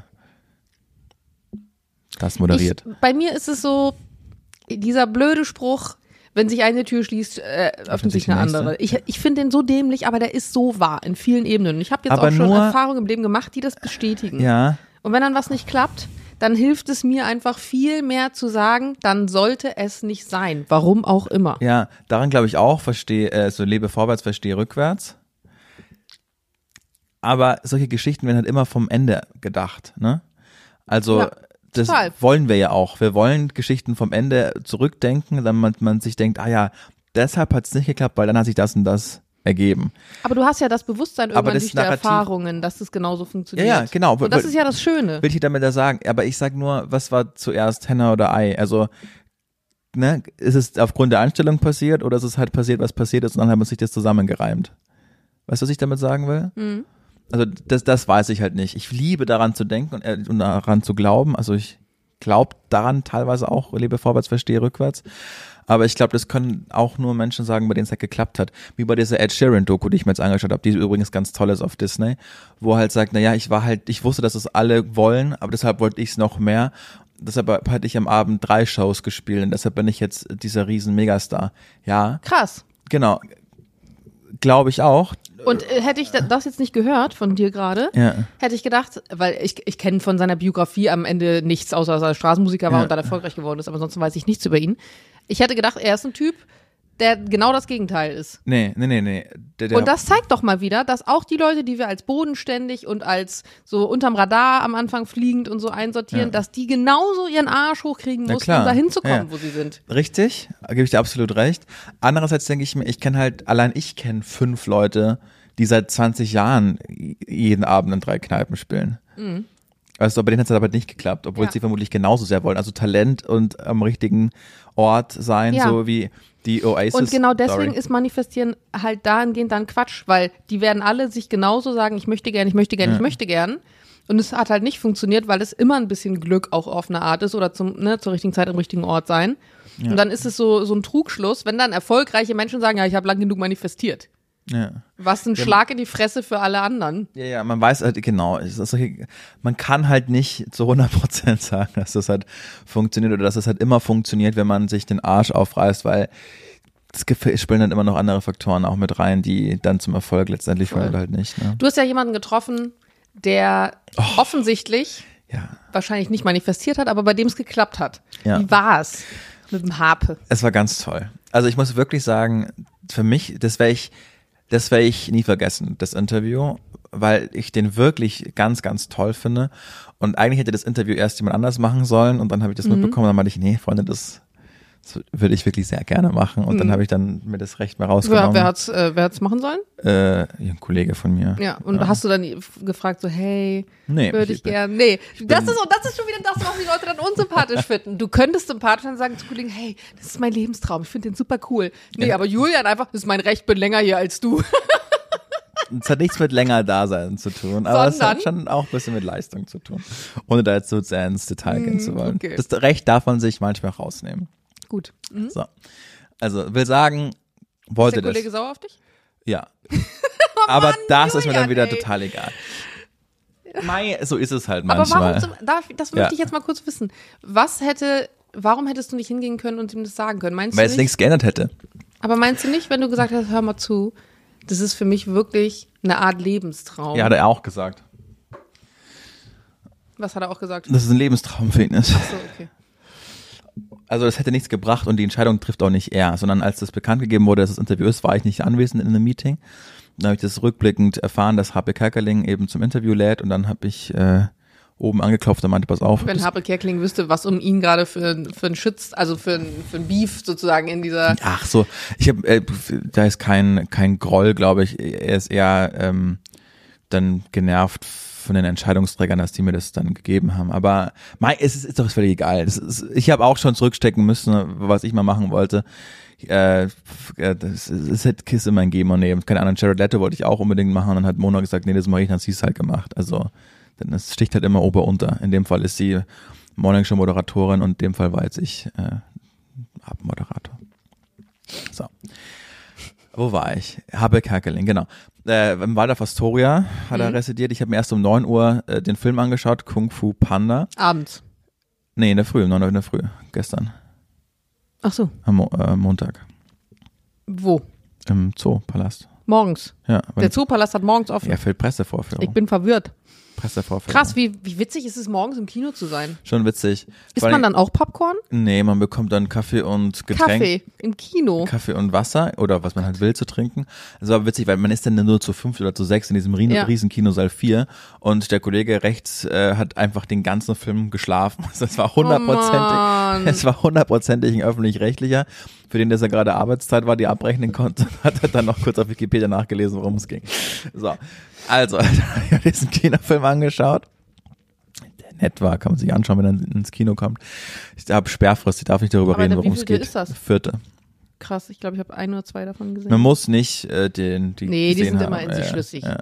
das moderiert? Ich, bei mir ist es so, dieser blöde Spruch, wenn sich eine Tür schließt, äh, öffnet sich eine nächste. andere. Ich, ich finde den so dämlich, aber der ist so wahr in vielen Ebenen. Und ich habe jetzt Aber auch schon nur- Erfahrungen im Leben gemacht, die das bestätigen. Ja, Und wenn dann was nicht klappt, dann hilft es mir einfach viel mehr zu sagen, dann sollte es nicht sein. Warum auch immer. ja, daran glaube ich auch, verstehe, äh, so lebe vorwärts, verstehe rückwärts. Aber solche Geschichten werden halt immer vom Ende gedacht, ne? Also Ja, das total. wollen wir ja auch. Wir wollen Geschichten vom Ende zurückdenken, damit man sich denkt, ah ja, deshalb hat es nicht geklappt, weil dann hat sich das und das ergeben. Aber du hast ja das Bewusstsein irgendwann das durch die Narrativ- Erfahrungen, dass es genauso funktioniert. Ja, ja, genau. Und das ist ja das Schöne. Will ich damit da sagen, aber ich sag nur, was war zuerst Henne oder Ei? Also, ne, ist es aufgrund der Einstellung passiert oder ist es halt passiert, was passiert ist und dann hat man sich das zusammengereimt? Weißt du, was ich damit sagen will? Mhm. Also das, das weiß ich halt nicht. Ich liebe daran zu denken und, äh, und daran zu glauben. Also ich glaube daran teilweise auch, lebe vorwärts, verstehe rückwärts. Aber ich glaube, das können auch nur Menschen sagen, bei denen es halt geklappt hat. Wie bei dieser Ed Sheeran-Doku, die ich mir jetzt angeschaut habe, die übrigens ganz toll ist auf Disney, wo er halt sagt, naja, ich war halt, ich wusste, dass es alle wollen, aber deshalb wollte ich es noch mehr. Deshalb hatte ich am Abend drei Shows gespielt und deshalb bin ich jetzt dieser riesen Megastar. Ja, Krass. genau. Glaube ich auch. Und äh, hätte ich das jetzt nicht gehört von dir gerade, Ja. hätte ich gedacht, weil ich, ich kenne von seiner Biografie am Ende nichts, außer dass er Straßenmusiker war Ja. und dann erfolgreich geworden ist, aber ansonsten weiß ich nichts über ihn. Ich hätte gedacht, er ist ein Typ, der genau das Gegenteil ist. Nee, nee, nee, nee. Der, der, Und das zeigt doch mal wieder, dass auch die Leute, die wir als bodenständig und als so unterm Radar am Anfang fliegend und so einsortieren, Ja. dass die genauso ihren Arsch hochkriegen Na mussten, klar. um da hinzukommen, Ja. wo sie sind. Richtig, da gebe ich dir absolut recht. Andererseits denke ich mir, ich kenne halt, allein ich kenne fünf Leute, die seit zwanzig Jahren jeden Abend in drei Kneipen spielen. Mhm. Also bei denen hat es aber nicht geklappt, obwohl Ja. sie vermutlich genauso sehr wollen. Also Talent und am richtigen Ort sein, Ja. so wie die Oasis. Und genau deswegen Story. ist Manifestieren halt dahingehend dann Quatsch, weil die werden alle sich genauso sagen, ich möchte gern, ich möchte gern, Ja. ich möchte gern. Und es hat halt nicht funktioniert, weil es immer ein bisschen Glück auch auf eine Art ist oder zum, ne, zur richtigen Zeit am richtigen Ort sein. Ja. Und dann ist es so, so ein Trugschluss, wenn dann erfolgreiche Menschen sagen, ja, ich habe lang genug manifestiert. Ja. Was ein Ja. Schlag in die Fresse für alle anderen. Ja, ja, man weiß halt, genau, es ist solche, man kann halt nicht zu hundert Prozent sagen, dass das halt funktioniert oder dass es halt immer funktioniert, wenn man sich den Arsch aufreißt, weil es gef- spielen dann immer noch andere Faktoren auch mit rein, die dann zum Erfolg letztendlich führen oder halt nicht. Ne? Du hast ja jemanden getroffen, der offensichtlich Ja, wahrscheinlich nicht manifestiert hat, aber bei dem es geklappt hat. Ja. Wie war's mit dem Harpe? es war ganz toll. Also ich muss wirklich sagen, für mich, das werde ich, das werde ich nie vergessen, das Interview, weil ich den wirklich ganz, ganz toll finde. Und eigentlich hätte das Interview erst jemand anders machen sollen und dann habe ich das Mhm. mitbekommen und dann meinte ich, nee, Freunde, das, das würde ich wirklich sehr gerne machen. Und dann Mhm. habe ich dann mir das Recht mehr Wer, rausgenommen. wer hat's, äh, wer hat's machen sollen? Äh, ja, ein Kollege von mir. Ja, und hast du dann gefragt, so, hey, Nee, würde ich gern. Nee, das bin- ist, und das ist schon wieder das, was die Leute dann unsympathisch finden. Du könntest sympathisch dann sagen zu Kollegen, hey, das ist mein Lebenstraum, ich finde den super cool. Nee, Ja. aber Julian einfach, das ist mein Recht, bin länger hier als du. Es hat nichts mit länger Dasein zu tun, aber es hat Sondern? schon auch ein bisschen mit Leistung zu tun. Ohne da jetzt so sehr ins Detail gehen zu wollen. okay. Das Recht darf man sich manchmal rausnehmen. Gut. Mhm. So. Also, will sagen, Ist wollte der Kollege das. sauer auf dich? Ja. Aber das ist mir dann Julian, wieder ey. total egal. Mei, so ist es halt Aber manchmal. warum, zum, darf, das möchte Ja. ich jetzt mal kurz wissen. Was hätte, warum hättest du nicht hingehen können und ihm das sagen können? Meinst Weil du es nicht? nichts geändert hätte. Aber meinst du nicht, wenn du gesagt hast, hör mal zu, das ist für mich wirklich eine Art Lebenstraum? Ja, hat er auch gesagt. Was hat er auch gesagt? Dass es ein Lebenstraum für ihn ist. So, okay. Also das hätte nichts gebracht und die Entscheidung trifft auch nicht er, sondern als das bekannt gegeben wurde, dass das Interview ist, war ich nicht anwesend in einem Meeting. Dann habe ich das rückblickend erfahren, dass H P Kerkeling eben zum Interview lädt und dann habe ich äh, oben angeklopft und meinte, pass auf. Wenn das- Harpe Kerkeling wüsste, was um ihn gerade für, für ein Schütz, also für ein, für ein Beef sozusagen in dieser. Ach so, ich habe, äh, da ist kein kein Groll, glaube ich. Er ist eher ähm, dann genervt von den Entscheidungsträgern, dass die mir das dann gegeben haben. Aber mei, es ist, ist doch völlig egal. Das ist, ich habe auch schon zurückstecken müssen, was ich mal machen wollte. Äh, äh, das ist, es hätte Kiss immer ein Geben und Nehmen. Keine Ahnung, Jared Leto wollte ich auch unbedingt machen und dann hat Mona gesagt, nee, das mache ich, dann hat sie es halt gemacht. Also denn es sticht halt immer ober-unter. In dem Fall ist sie Morningshow-Moderatorin und in dem Fall war jetzt ich äh, Abendmoderator. So. Wo war ich? Habe Kerkeling, genau. Äh, Im Waldorf Astoria hat er Mhm. residiert. Ich habe mir erst um neun Uhr äh, den Film angeschaut, Kung Fu Panda. Abends. Nee, in der Früh, um neun Uhr in der Früh, gestern, Ach so. am Mo äh, Montag, Wo? im Zoopalast. Morgens. Ja, Der Zoopalast hat morgens offen. ja, für Pressevorführung. Ich bin verwirrt. Pressevorführung. Krass, wie, wie witzig ist es, morgens im Kino zu sein? Schon witzig. Isst man dann auch Popcorn? Nee, man bekommt dann Kaffee und Getränk. Kaffee im Kino? Kaffee und Wasser oder was man halt will zu trinken. Das war witzig, weil man ist dann nur zu fünf oder zu sechs in diesem riesen, Ja. riesen Kinosaal vier und der Kollege rechts äh, hat einfach den ganzen Film geschlafen. Das war hundertprozentig, Oh es war hundertprozentig ein öffentlich-rechtlicher, für den, dass er gerade Arbeitszeit war, die abrechnen konnte, hat er dann noch kurz auf Wikipedia nachgelesen, worum es ging. So, also, ich habe diesen Kinofilm angeschaut. Der nett war, kann man sich anschauen, wenn er ins Kino kommt. Ich habe Sperrfrist, ich darf nicht darüber Aber reden, der worum es wievielte geht. ist das? Vierte. Krass, ich glaube, ich habe ein oder zwei davon gesehen. Man muss nicht äh, den, die Nee, die gesehen sind haben. immer in sich Ja, schlüssig. Ja.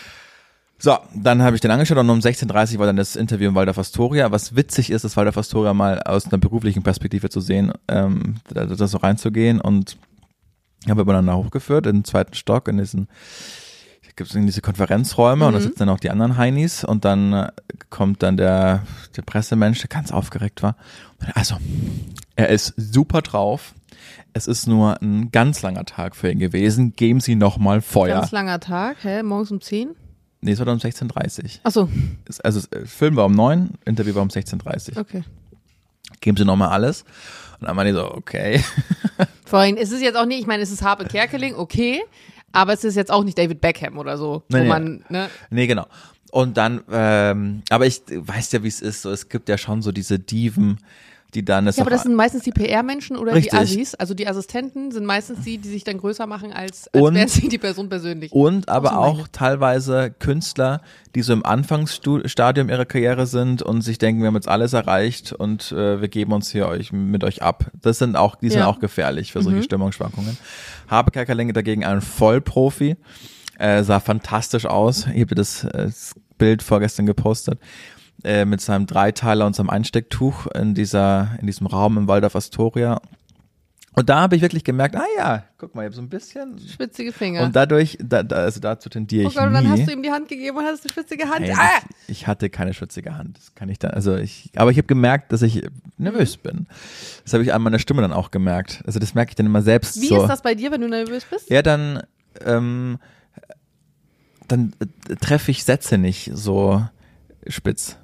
So, dann habe ich den angeschaut und um sechzehn Uhr dreißig war dann das Interview im Waldorf Astoria. Was witzig ist, das Waldorf Astoria mal aus einer beruflichen Perspektive zu sehen, ähm, da, da so reinzugehen und habe aber dann da hochgeführt in den zweiten Stock in diesen gibt es in diese Konferenzräume Mhm. und da sitzen dann auch die anderen Heinis und dann äh, kommt dann der, der Pressemensch, der ganz aufgeregt war. Also, er ist super drauf. Es ist nur ein ganz langer Tag für ihn gewesen. Geben Sie noch mal Feuer. Ganz langer Tag, hä? Morgens um zehn? Nee, es war dann um sechzehn Uhr dreißig. Achso, Es- Also, äh, Film war um neun, Interview war um sechzehn Uhr dreißig. okay. Geben Sie noch mal alles. Und dann waren die so, okay. Vorhin ist es jetzt auch nicht, ich meine, es ist Harpe Kerkeling, okay, aber es ist jetzt auch nicht David Beckham oder so, Nee, wo nee. man, ne? Nee, genau. Und dann, ähm, aber ich weiß ja, wie es ist. So, es gibt ja schon so diese Diven, die dann das Ja, aber auch- das sind meistens die P R-Menschen oder Richtig. die Assis, also die Assistenten sind meistens die, die sich dann größer machen, als, als Und- wären sie die Person persönlich. Und aber so auch meine. teilweise Künstler, die so im Anfangsstadium ihrer Karriere sind und sich denken, wir haben jetzt alles erreicht und äh, wir geben uns hier euch mit euch ab. Das sind auch, die sind Ja. auch gefährlich für solche Stimmungsschwankungen. Harpe Kerkeling dagegen ein Vollprofi, äh, sah fantastisch aus. Ich habe das, äh, das Bild vorgestern gepostet. Äh, mit seinem Dreiteiler und seinem Einstecktuch in dieser, in diesem Raum im Waldorf Astoria. Und da habe ich wirklich gemerkt, ah ja, guck mal, ich habe so ein bisschen. Schwitzige Finger. Und dadurch, da, da, also dazu tendiere oh ich Gott, und nie. dann hast du ihm die Hand gegeben und hattest eine schwitzige Hand. Ey, ah! ich, ich hatte keine schwitzige Hand. Das kann ich dann, also ich, aber ich habe gemerkt, dass ich nervös bin. Das habe ich an meiner Stimme dann auch gemerkt. Also das merke ich dann immer selbst Wie so. ist das bei dir, wenn du nervös bist? Ja, dann, ähm, dann äh, treffe ich Sätze nicht so spitz.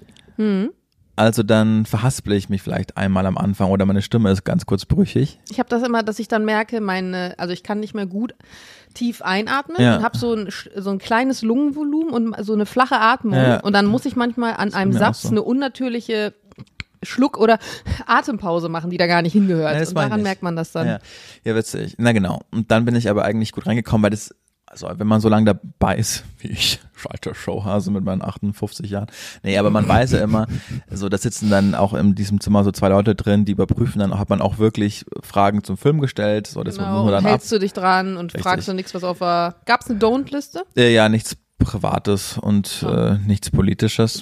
Hm. Also dann verhaspel ich mich vielleicht einmal am Anfang oder meine Stimme ist ganz kurz brüchig. Ich habe das immer, dass ich dann merke, meine, also ich kann nicht mehr gut tief einatmen Ja. und habe so ein, so ein kleines Lungenvolumen und so eine flache Atmung. Ja. Und dann muss ich manchmal an einem mir Satz auch so. eine unnatürliche Schluck- oder Atempause machen, die da gar nicht hingehört. Ja, das und meine daran ich. merkt man das dann. Ja, ja, witzig. Na genau. Und dann bin ich aber eigentlich gut reingekommen, weil das, also wenn man so lange dabei ist, wie ich, alter Showhase mit meinen achtundfünfzig Jahren. Nee, aber man weiß ja immer, so da sitzen dann auch in diesem Zimmer so zwei Leute drin, die überprüfen, dann hat man auch wirklich Fragen zum Film gestellt. So, das Genau, muss man und dann ab. hältst du dich dran und Richtig. fragst du nichts, was auf war. Gab es eine Don't-Liste? Äh, ja, nichts Privates und Ja. äh, nichts Politisches.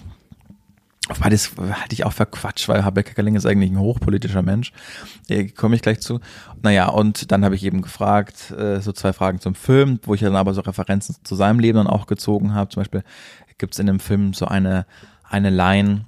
Wobei das halte ich auch für Quatsch, weil Harpe Kerkeling ist eigentlich ein hochpolitischer Mensch. Äh, komme ich gleich zu. Naja, und dann habe ich eben gefragt, äh, so zwei Fragen zum Film, wo ich dann aber so Referenzen zu seinem Leben dann auch gezogen habe. Zum Beispiel gibt es in dem Film so eine, eine Line,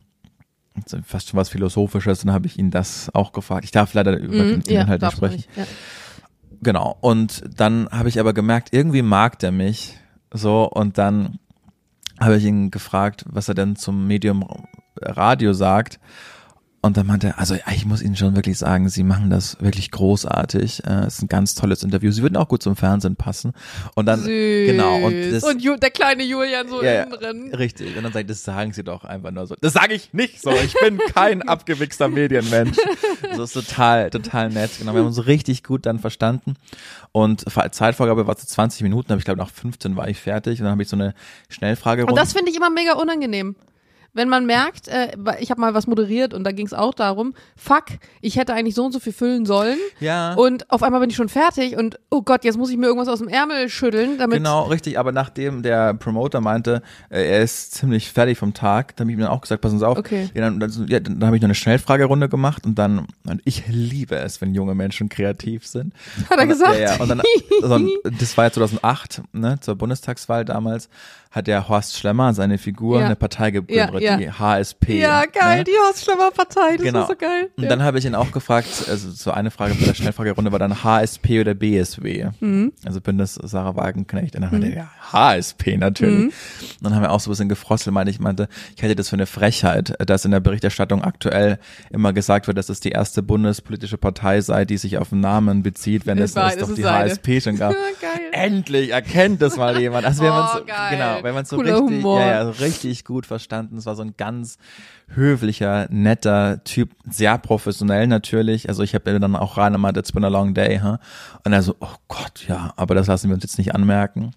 so fast schon was Philosophisches, dann habe ich ihn das auch gefragt. Ich darf leider über Mhm, den Inhalt nicht darfst du sprechen. nicht. Ja. Genau. Und dann habe ich aber gemerkt, irgendwie mag der mich so und dann habe ich ihn gefragt, was er denn zum Medium Radio sagt. Und dann meinte er, also ich muss Ihnen schon wirklich sagen, Sie machen das wirklich großartig. Äh, Es ist ein ganz tolles Interview. Sie würden auch gut zum Fernsehen passen. Und dann, Süß. genau. Und, das, und Ju- der kleine Julian so ja, ja, innen drin. richtig. Und dann sage ich, das sagen Sie doch einfach nur so. Das sage ich nicht so. Ich bin kein abgewichster Medienmensch. Das ist total, total nett. Genau, wir haben uns richtig gut dann verstanden. Und Zeitvorgabe war zu zwanzig Minuten, aber ich glaube nach fünfzehn war ich fertig. Und dann habe ich so eine Schnellfrage Und das finde ich immer mega unangenehm. Wenn man merkt, äh, ich habe mal was moderiert und da ging es auch darum, fuck, ich hätte eigentlich so und so viel füllen sollen Ja. und auf einmal bin ich schon fertig und oh Gott, jetzt muss ich mir irgendwas aus dem Ärmel schütteln, damit Genau, richtig, aber nachdem der Promoter meinte, äh, er ist ziemlich fertig vom Tag, dann habe ich ihm dann auch gesagt, passen Sie auf. Okay. Ja, dann dann, ja, dann habe ich noch eine Schnellfragerunde gemacht und dann, und ich liebe es, wenn junge Menschen kreativ sind. Hat er und, gesagt? Ja, ja, und dann, also, das war ja zweitausendacht, ne, zur Bundestagswahl damals, hat der Horst Schlemmer, seine Figur, Ja. eine Partei Ja, gegründet. Ja. die H S P. Ja, geil, ne? die Hausschlammerpartei, das Genau. war so geil. Und Ja. dann habe ich ihn auch gefragt, also so eine Frage bei der Schnellfragerunde war dann H S P oder B S W. Mhm. Also Bündnis Sarah Wagenknecht. Und dann meinte er, ja, H S P natürlich. Mhm. Und dann haben wir auch so ein bisschen gefrosselt, meinte ich, meinte, ich halte das für eine Frechheit, dass in der Berichterstattung aktuell immer gesagt wird, dass es die erste bundespolitische Partei sei, die sich auf den Namen bezieht, wenn es, Es war- es es doch ist die seine. H S P schon gab. Ja, geil. Endlich erkennt das mal jemand. Also wenn Oh, man so, geil. genau, wenn man so Cooler richtig, Humor. ja, ja, so richtig gut verstanden. Es war so ein ganz höflicher, netter Typ, sehr professionell natürlich. Also ich habe dann auch rein immer, it's been a long day, huh? Und er so, oh Gott, ja, aber das lassen wir uns jetzt nicht anmerken.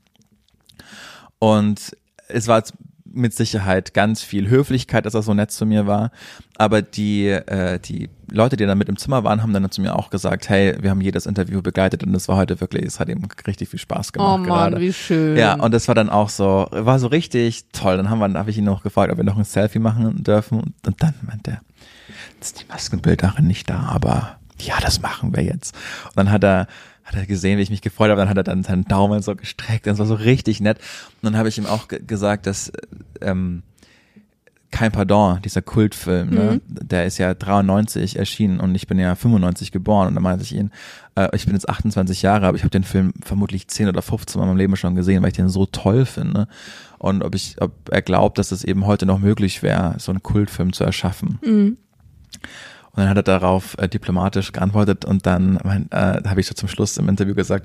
Und es war mit Sicherheit ganz viel Höflichkeit, dass er so nett zu mir war. Aber die, äh, die Leute, die da mit im Zimmer waren, haben dann zu mir auch gesagt, hey, wir haben jedes Interview begleitet und es war heute wirklich, es hat ihm richtig viel Spaß gemacht Oh Mann, gerade. wie schön. Ja, und das war dann auch so, war so richtig toll. Dann haben wir, habe ich ihn noch gefragt, ob wir noch ein Selfie machen dürfen. Und, und dann meinte er, jetzt ist die Maskenbildnerin nicht da, aber ja, das machen wir jetzt. Und dann hat er, hat er gesehen, wie ich mich gefreut habe, dann hat er dann seinen Daumen so gestreckt, das war so richtig nett. Und dann habe ich ihm auch ge- gesagt, dass ähm, Kein Pardon, dieser Kultfilm, ne, der ist ja dreiundneunzig erschienen und ich bin ja fünfundneunzig geboren und da meinte ich ihn, äh, ich bin jetzt achtundzwanzig Jahre, aber ich habe den Film vermutlich zehn oder fünfzehn Mal in meinem Leben schon gesehen, weil ich den so toll finde und ob ich, ob er glaubt, dass es eben heute noch möglich wäre, so einen Kultfilm zu erschaffen. Mhm. Und dann hat er darauf äh, diplomatisch geantwortet und dann mein, äh, habe ich so zum Schluss im Interview gesagt,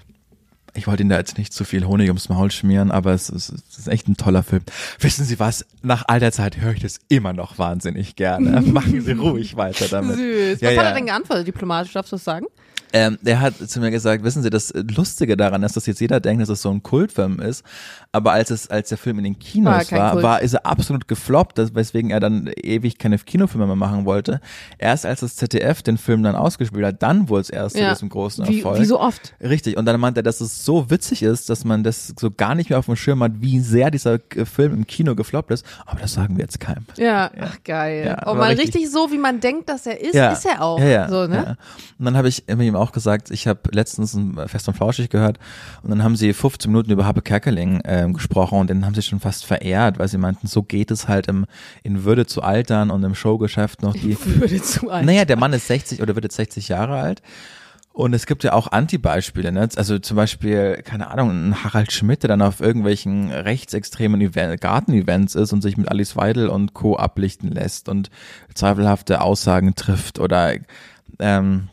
ich wollte Ihnen da jetzt nicht zu viel Honig ums Maul schmieren, aber es ist, es ist echt ein toller Film. Wissen Sie was? Nach all der Zeit höre ich das immer noch wahnsinnig gerne. Machen Sie ruhig weiter damit. Süß. Ja, Was ja. hat er denn geantwortet, diplomatisch, darfst du das sagen? Ähm, der hat zu mir gesagt, wissen Sie, das Lustige daran ist, dass jetzt jeder denkt, dass es so ein Kultfilm ist, aber als es, als der Film in den War Kinos kein war, Kult. war, ist er absolut gefloppt, das- weswegen er dann ewig keine Kinofilme mehr machen wollte. Erst als das Z D F den Film dann ausgespielt hat, dann wurde es erst zu Ja. diesem großen Wie, Erfolg. wie so oft. Richtig, und dann meinte er, dass es so witzig ist, dass man das so gar nicht mehr auf dem Schirm hat, wie sehr dieser äh, Film im Kino gefloppt ist, aber das sagen wir jetzt keinem. Ja, ach geil. Ja, oh aber mal richtig- richtig so, wie man denkt, dass er ist, Ja. ist er auch. Ja, ja, so, ne? ja. Und dann habe ich mit ihm auch gesagt, ich habe letztens ein Fest und Flauschig gehört und dann haben sie fünfzehn Minuten über Happe Kerkeling ähm, gesprochen und den haben sie schon fast verehrt, weil sie meinten, so geht es halt im in Würde zu altern und im Showgeschäft noch die. Würde zu alt. Naja, der Mann ist sechzig oder wird jetzt sechzig Jahre alt. Und es gibt ja auch Anti-Beispiele, ne? Also zum Beispiel, keine Ahnung, ein Harald Schmidt, der dann auf irgendwelchen rechtsextremen Event, Garten-Events ist und sich mit Alice Weidel und Co. ablichten lässt und zweifelhafte Aussagen trifft oder ähm,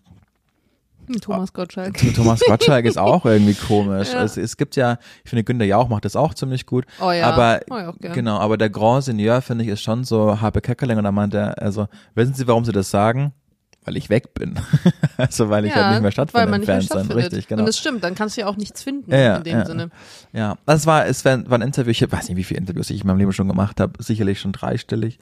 Thomas Gottschalk. Thomas Gottschalk ist auch irgendwie komisch. Ja. Es, es gibt ja, ich finde Günther Jauch macht das auch ziemlich gut. Oh ja, aber oh ja, auch gern. genau, aber der Grand Seigneur finde ich ist schon so Happe Kerkeling und da meint er, also wissen Sie, warum Sie das sagen? Weil ich weg bin. also weil ich halt nicht mehr stattfinde weil man im nicht mehr Fernsehen. stattfindet. Richtig, genau. Und das stimmt, dann kannst du ja auch nichts finden Ja, ja, in dem ja. Sinne. Ja, das war, es war, war ein Interview, ich weiß nicht, wie viele Interviews ich in meinem Leben schon gemacht habe, sicherlich schon dreistellig.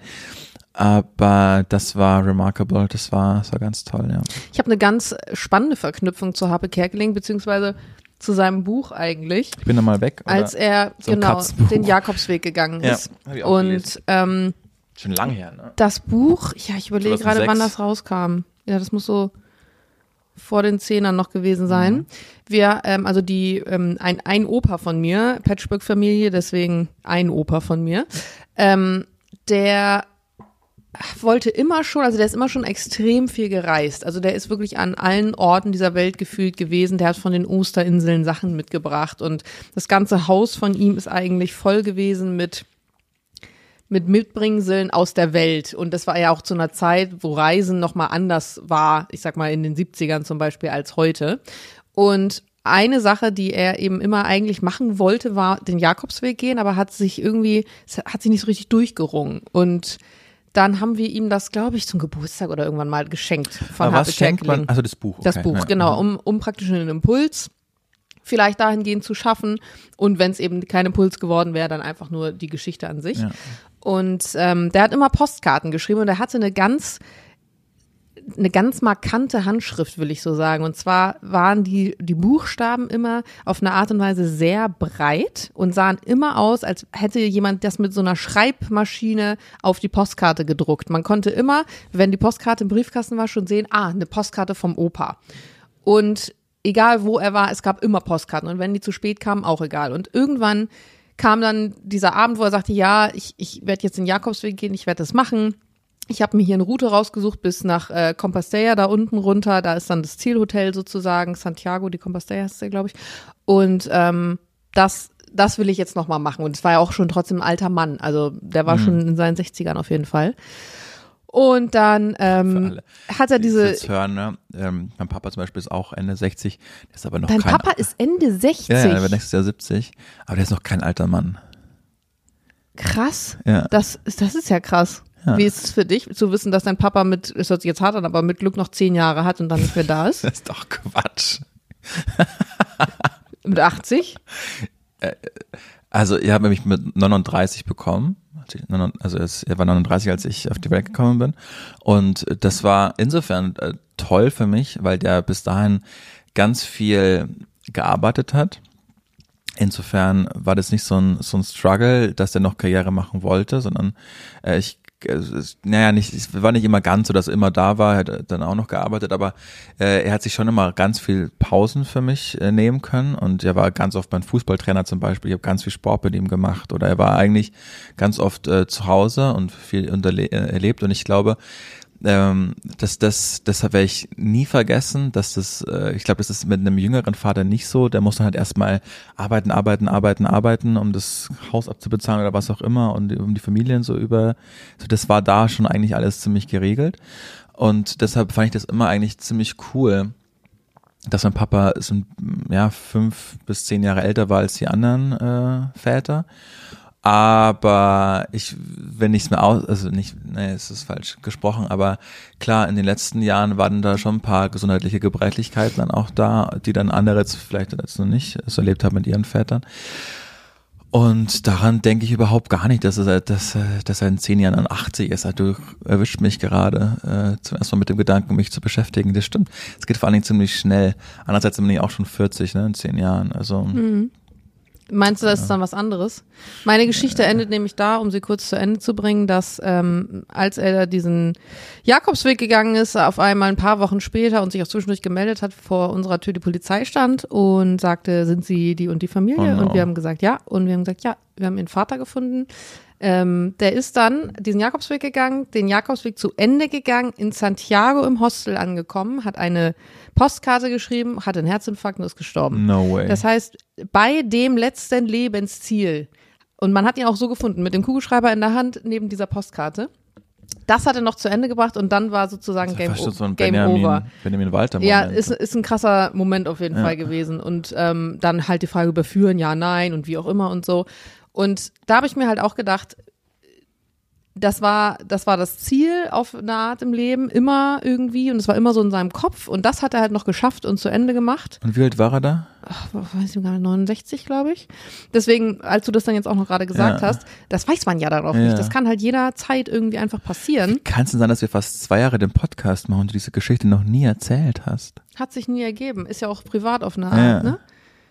Aber das war remarkable, das war, das war ganz toll, ja. Ich habe eine ganz spannende Verknüpfung zu Happe Kerkeling, beziehungsweise zu seinem Buch eigentlich, Ich bin dann mal weg. Oder? als er so ein genau Katzenbuch. den Jakobsweg gegangen Ja, ist. hab ich auch gelesen. Und ähm, Schon lang her, ne? das Buch, ja, ich überlege gerade, zweitausendsechs. wann das rauskam. Ja, das muss so vor den Zehnern noch gewesen sein. Mhm. Wir, ähm, also die, ähm, ein, ein Opa von mir, Patchwork-Familie, deswegen ein Opa von mir, ähm, der wollte immer schon, also der ist immer schon extrem viel gereist. Also der ist wirklich an allen Orten dieser Welt gefühlt gewesen. Der hat von den Osterinseln Sachen mitgebracht und das ganze Haus von ihm ist eigentlich voll gewesen mit mit Mitbringseln aus der Welt. Und das war ja auch zu einer Zeit, wo Reisen nochmal anders war, ich sag mal in den siebzigern zum Beispiel, als heute. Und eine Sache, die er eben immer eigentlich machen wollte, war den Jakobsweg gehen, aber hat sich irgendwie, hat sich nicht so richtig durchgerungen. Und dann haben wir ihm das, glaube ich, zum Geburtstag oder irgendwann mal geschenkt von Aber Happe was schenkt Kerkeling. man? Also das Buch. Okay. Das Buch, ja. genau, um, um praktisch einen Impuls vielleicht dahingehend zu schaffen und wenn es eben kein Impuls geworden wäre, dann einfach nur die Geschichte an sich. Ja. Und ähm, der hat immer Postkarten geschrieben und er hatte eine ganz eine ganz markante Handschrift, will ich so sagen. Und zwar waren die, die Buchstaben immer auf eine Art und Weise sehr breit und sahen immer aus, als hätte jemand das mit so einer Schreibmaschine auf die Postkarte gedruckt. Man konnte immer, wenn die Postkarte im Briefkasten war, schon sehen, ah, eine Postkarte vom Opa. Und egal wo er war, es gab immer Postkarten. Und wenn die zu spät kamen, auch egal. Und irgendwann kam dann dieser Abend, wo er sagte, ja, ich, ich werde jetzt den Jakobsweg gehen, ich werde das machen. Ich habe mir hier eine Route rausgesucht bis nach äh, Compostela, da unten runter. Da ist dann das Zielhotel sozusagen, Santiago de Compostela heißt es ja, glaube ich. Und ähm, das, das will ich jetzt nochmal machen. Und es war ja auch schon trotzdem ein alter Mann. Also der war mhm. schon in seinen sechzigern auf jeden Fall. Und dann ähm, hat er diese. Jetzt hören, ne? ähm, mein Papa zum Beispiel ist auch Ende sechzig. Der ist aber noch Dein kein, Papa ist Ende sechzig? Ja, ja, der wird nächstes Jahr siebzig. Aber der ist noch kein alter Mann. Krass. Ja. Das, das ist ja krass. Ja. Wie ist es für dich, zu wissen, dass dein Papa mit, es hört sich jetzt hart an, aber mit Glück noch zehn Jahre hat und dann nicht mehr da ist? Das ist doch Quatsch. Mit achtzig? Also, ihr habt mich mit neununddreißig bekommen. Also, er war neununddreißig, als ich auf die Welt gekommen bin. Und das war insofern toll für mich, weil der bis dahin ganz viel gearbeitet hat. Insofern war das nicht so ein, so ein Struggle, dass er noch Karriere machen wollte, sondern äh, ich naja, nicht, es war nicht immer ganz so, dass er immer da war, er hat dann auch noch gearbeitet, aber äh, er hat sich schon immer ganz viel Pausen für mich äh, nehmen können und er war ganz oft mein Fußballtrainer zum Beispiel, ich habe ganz viel Sport mit ihm gemacht oder er war eigentlich ganz oft äh, zu Hause und viel unterle- äh, erlebt und ich glaube, ähm, das, das, das werde ich nie vergessen, dass das, äh, ich glaube, das ist mit einem jüngeren Vater nicht so, der muss dann halt erstmal arbeiten, arbeiten, arbeiten, arbeiten, um das Haus abzubezahlen oder was auch immer und um die Familien so über, so das war da schon eigentlich alles ziemlich geregelt und deshalb fand ich das immer eigentlich ziemlich cool, dass mein Papa so ja, fünf bis zehn Jahre älter war als die anderen äh, Väter. Aber ich, wenn ich es mir aus, also nicht, nee, es ist falsch gesprochen, aber klar, in den letzten Jahren waren da schon ein paar gesundheitliche Gebrechlichkeiten dann auch da, die dann andere jetzt vielleicht jetzt noch nicht so erlebt haben mit ihren Vätern. Und daran denke ich überhaupt gar nicht, dass er, dass, dass er in zehn Jahren an achtzig ist. Du erwischt mich gerade äh, zum ersten Mal mit dem Gedanken, mich zu beschäftigen. Das stimmt. Es geht vor allen Dingen ziemlich schnell. Andererseits bin ich auch schon vierzig, ne, in zehn Jahren. Also mhm. Meinst du, das ist dann was anderes? Meine Geschichte endet nämlich da, um sie kurz zu Ende zu bringen, dass ähm, als er diesen Jakobsweg gegangen ist, auf einmal ein paar Wochen später und sich auch zwischendurch gemeldet hat, vor unserer Tür die Polizei stand und sagte, sind Sie die und die Familie? Oh no. Und wir haben gesagt, ja. Und wir haben gesagt, ja, wir haben Ihren Vater gefunden. Ähm, der ist dann diesen Jakobsweg gegangen, den Jakobsweg zu Ende gegangen, in Santiago im Hostel angekommen, hat eine Postkarte geschrieben, hatte einen Herzinfarkt und ist gestorben. No way. Das heißt, bei dem letzten Lebensziel, und man hat ihn auch so gefunden, mit dem Kugelschreiber in der Hand neben dieser Postkarte, das hat er noch zu Ende gebracht und dann war sozusagen Game, o- so ein Game Benjamin, Over. Benjamin Walter Ja, ist, ist ein krasser Moment auf jeden ja. Fall gewesen. Und ähm, dann halt die Frage überführen, ja, nein und wie auch immer und so. Und da habe ich mir halt auch gedacht, das war, das war das Ziel auf eine Art im Leben, immer irgendwie, und es war immer so in seinem Kopf und das hat er halt noch geschafft und zu Ende gemacht. Und wie alt war er da? Ach, weiß ich gar nicht, neunundsechzig, glaube ich. Deswegen, als du das dann jetzt auch noch gerade gesagt ja. hast, das weiß man ja dann auch ja. nicht. Das kann halt jederzeit irgendwie einfach passieren. Kann es denn sein, dass wir fast zwei Jahre den Podcast machen und du diese Geschichte noch nie erzählt hast? Hat sich nie ergeben. Ist ja auch privat auf eine Art, ja. ne?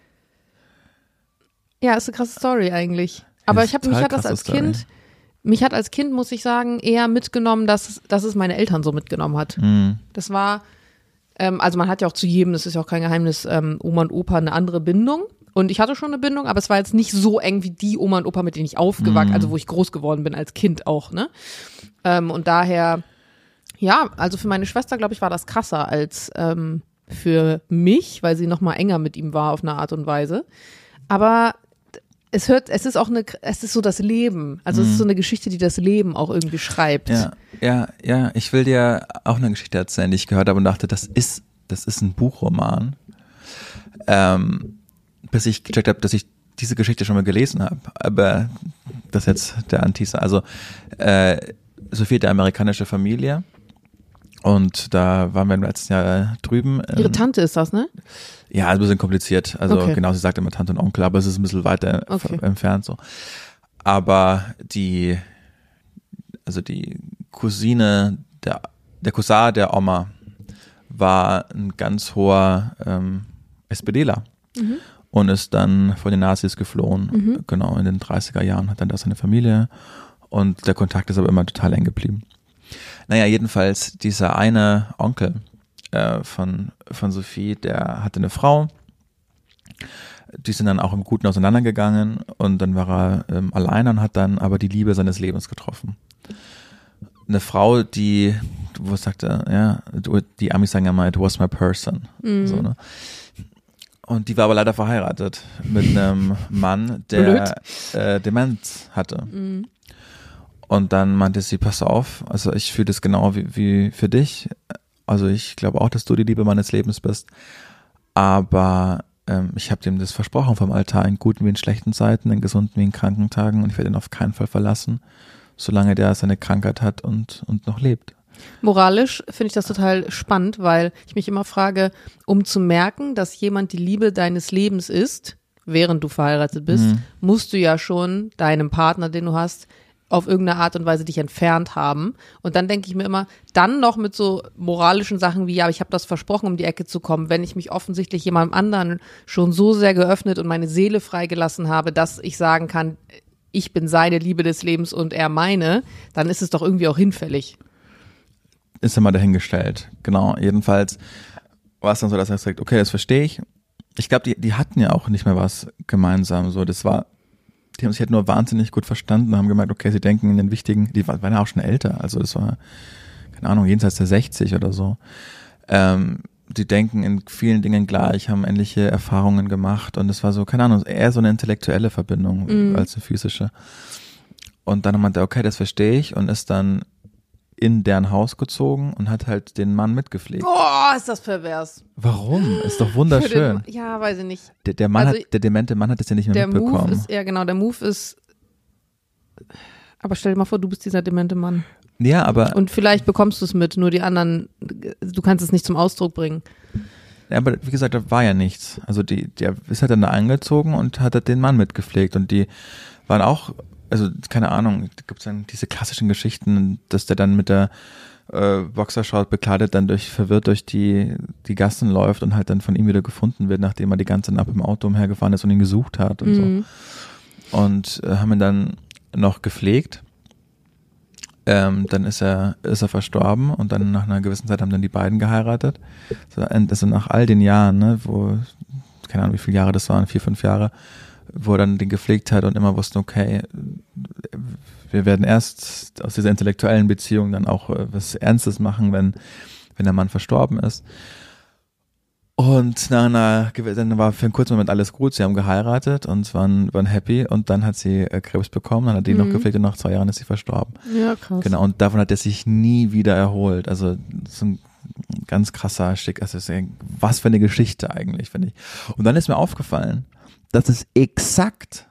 Ja, ist eine krasse Story eigentlich. Aber ich habe mich hat das als Story. Kind, mich hat als Kind, muss ich sagen, eher mitgenommen, dass, dass es meine Eltern so mitgenommen hat. Mhm. Das war, ähm, also man hat ja auch zu jedem, das ist ja auch kein Geheimnis, ähm, Oma und Opa eine andere Bindung. Und ich hatte schon eine Bindung, aber es war jetzt nicht so eng wie die Oma und Opa, mit denen ich aufgewachsen, Mhm. also wo ich groß geworden bin als Kind auch, ne? Ähm, und daher, ja, also für meine Schwester, glaube ich, war das krasser als ähm, für mich, weil sie noch mal enger mit ihm war auf eine Art und Weise. Aber es hört, es ist auch eine, es ist so das Leben. Also es ist so eine Geschichte, die das Leben auch irgendwie schreibt. Ja, ja, ja. Ich will dir auch eine Geschichte erzählen, die ich gehört habe und dachte, das ist, das ist ein Buchroman. Ähm, bis ich gecheckt habe, dass ich diese Geschichte schon mal gelesen habe. Aber das ist jetzt der Anteaser. Also äh, Sophie, der amerikanische Familie. Und da waren wir im letzten Jahr drüben. Ihre Tante ist das, ne? Ja, ein bisschen kompliziert. Also Okay. genau, sie sagt immer Tante und Onkel, aber es ist ein bisschen weiter Okay. f- entfernt so. Aber die, also die Cousine, der, der Cousin der Oma war ein ganz hoher ähm, SPDler Mhm. und ist dann vor den Nazis geflohen. Mhm. Genau, in den dreißiger Jahren hat dann da seine Familie und der Kontakt ist aber immer total eng geblieben. Naja, jedenfalls dieser eine Onkel äh, von, von Sophie, der hatte eine Frau, die sind dann auch im Guten auseinandergegangen und dann war er ähm, allein und hat dann aber die Liebe seines Lebens getroffen. Eine Frau, die, wo sagt er, ja, die Amis sagen ja mal, it was my person. Mhm. So, ne? Und die war aber leider verheiratet mit einem Mann, der äh, Demenz hatte. Mhm. Und dann meinte sie, pass auf, also ich fühle das genau wie, wie für dich. Also ich glaube auch, dass du die Liebe meines Lebens bist. Aber ähm, ich habe dem das versprochen vom Altar, in guten wie in schlechten Zeiten, in gesunden wie in kranken Tagen. Und ich werde ihn auf keinen Fall verlassen, solange der seine Krankheit hat und, und noch lebt. Moralisch finde ich das total spannend, weil ich mich immer frage, um zu merken, dass jemand die Liebe deines Lebens ist, während du verheiratet bist, Mhm. musst du ja schon deinem Partner, den du hast, auf irgendeine Art und Weise dich entfernt haben. Und dann denke ich mir immer, dann noch mit so moralischen Sachen wie, ja, ich habe das versprochen, um die Ecke zu kommen, wenn ich mich offensichtlich jemandem anderen schon so sehr geöffnet und meine Seele freigelassen habe, dass ich sagen kann, ich bin seine Liebe des Lebens und er meine, dann ist es doch irgendwie auch hinfällig. Ist ja mal dahingestellt. Genau, jedenfalls war es dann so, dass er sagt, okay, das verstehe ich. Ich glaube, die, die hatten ja auch nicht mehr was gemeinsam. So, das war, die haben sich halt nur wahnsinnig gut verstanden und haben gemerkt, okay, sie denken in den wichtigen, die waren ja auch schon älter, also das war, keine Ahnung, jenseits der sechzig oder so. Ähm, die denken in vielen Dingen gleich, haben ähnliche Erfahrungen gemacht und es war so, keine Ahnung, eher so eine intellektuelle Verbindung Mhm. als eine physische. Und dann meinte er, okay, das verstehe ich und ist dann in deren Haus gezogen und hat halt den Mann mitgepflegt. Oh, ist das pervers. Warum? Ist doch Für wunderschön. den, ja, weiß ich nicht. Der, der Mann Also hat, der demente Mann hat es ja nicht mehr Der mitbekommen. Move ist, ja genau, der Move ist, aber stell dir mal vor, du bist dieser demente Mann. Ja, aber, Und vielleicht bekommst du es mit, nur die anderen, du kannst es nicht zum Ausdruck bringen. ja, aber wie gesagt, da war ja nichts. Also die, der ist halt dann da eingezogen und hat halt den Mann mitgepflegt und die waren auch, also keine Ahnung, da gibt es dann diese klassischen Geschichten, dass der dann mit der äh, Boxershort bekleidet dann durch, verwirrt durch die, die Gassen läuft und halt dann von ihm wieder gefunden wird, nachdem er die ganze Nacht im Auto umhergefahren ist und ihn gesucht hat und Mhm. so. Und äh, haben ihn dann noch gepflegt. Ähm, dann ist er, ist er verstorben und dann nach einer gewissen Zeit haben dann die beiden geheiratet. So, also nach all den Jahren, ne, wo, keine Ahnung, wie viele Jahre das waren, vier, fünf Jahre, wo er dann den gepflegt hat und immer wussten, okay, wir werden erst aus dieser intellektuellen Beziehung dann auch äh, was Ernstes machen, wenn, wenn der Mann verstorben ist. Und nach einer, dann war für einen kurzen Moment alles gut, sie haben geheiratet und waren, waren happy und dann hat sie äh, Krebs bekommen, dann hat die Mhm. noch gepflegt und nach zwei Jahren ist sie verstorben. Ja, krass. Genau, und davon hat er sich nie wieder erholt. Also so ein ganz krasser Schick, also was für eine Geschichte eigentlich, finde ich. Und dann ist mir aufgefallen, das ist exakt,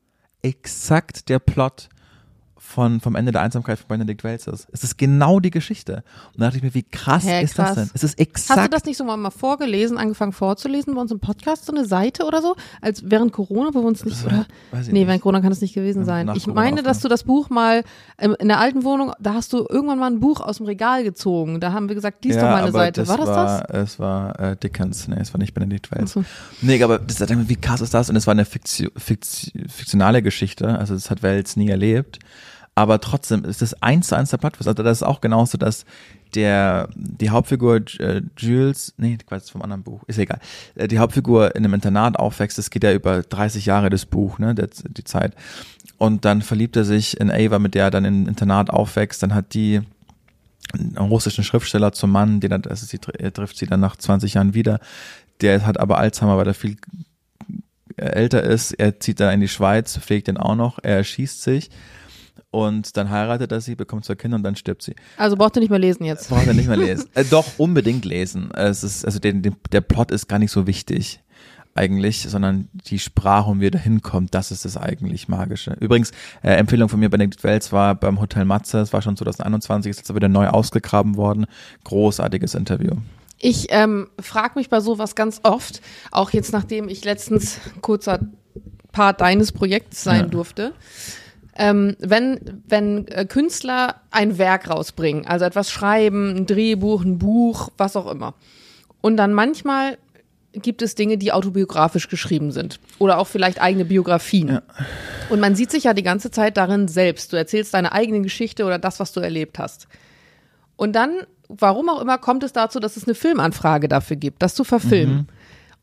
exakt der Plot von, vom Ende der Einsamkeit von Benedict Wells ist. Es ist genau die Geschichte. Und da dachte ich mir, wie krass Hä, ist krass. das denn? Es ist exakt. Hast du das nicht so mal, mal vorgelesen, angefangen vorzulesen bei uns im Podcast, so eine Seite oder so? Als während Corona, wo wir uns nicht, Das oder? weiß ich Nee, nicht. während Corona kann es nicht gewesen Ja, sein. nach Ich Corona meine, dass aufgenommen. du das Buch mal ähm, in der alten Wohnung, da hast du irgendwann mal ein Buch aus dem Regal gezogen. Da haben wir gesagt, lies ja, doch mal eine aber Seite. Das War das war, das? Es war äh, Dickens, nee, es war nicht Benedict Wells. Ach so. Nee, aber das, da dachte ich mir, wie krass ist das? Und es war eine Fiktion, Fiktion, fiktionale Geschichte, also das hat Wells nie erlebt. Aber trotzdem ist das eins zu eins der Plot. Also das ist auch genauso, dass der, die Hauptfigur äh, Jules, nee, Quatsch, vom anderen Buch, ist egal. Äh, die Hauptfigur in einem Internat aufwächst, das geht ja über dreißig Jahre das Buch, ne, der, die Zeit. Und dann verliebt er sich in Ava, mit der er dann im Internat aufwächst. Dann hat die einen russischen Schriftsteller zum Mann, den er, also sie, er trifft sie dann nach zwanzig Jahren wieder. Der hat aber Alzheimer, weil er viel älter ist. Er zieht dann in die Schweiz, pflegt den auch noch, er erschießt sich. Und dann heiratet er sie, bekommt zwei Kinder und dann stirbt sie. Also braucht ihr nicht mehr lesen jetzt. Braucht er nicht mehr lesen. äh, doch, unbedingt lesen. Es ist, also den, den, der Plot ist gar nicht so wichtig eigentlich, sondern die Sprache, um wie er da hinkommt, das ist das eigentlich Magische. Übrigens, äh, Empfehlung von mir, Benedict Wells war beim Hotel Matze, es war schon zwanzig einundzwanzig, ist jetzt wieder neu ausgegraben worden. Großartiges Interview. Ich ähm, frage mich bei sowas ganz oft, auch jetzt nachdem ich letztens kurzer Part deines Projekts sein Ja. durfte, ähm, wenn, wenn äh, Künstler ein Werk rausbringen, also etwas schreiben, ein Drehbuch, ein Buch, was auch immer. Und dann manchmal gibt es Dinge, die autobiografisch geschrieben sind oder auch vielleicht eigene Biografien. Ja. Und man sieht sich ja die ganze Zeit darin selbst. Du erzählst deine eigene Geschichte oder das, was du erlebt hast. Und dann, warum auch immer, kommt es dazu, dass es eine Filmanfrage dafür gibt, das zu verfilmen. Mhm.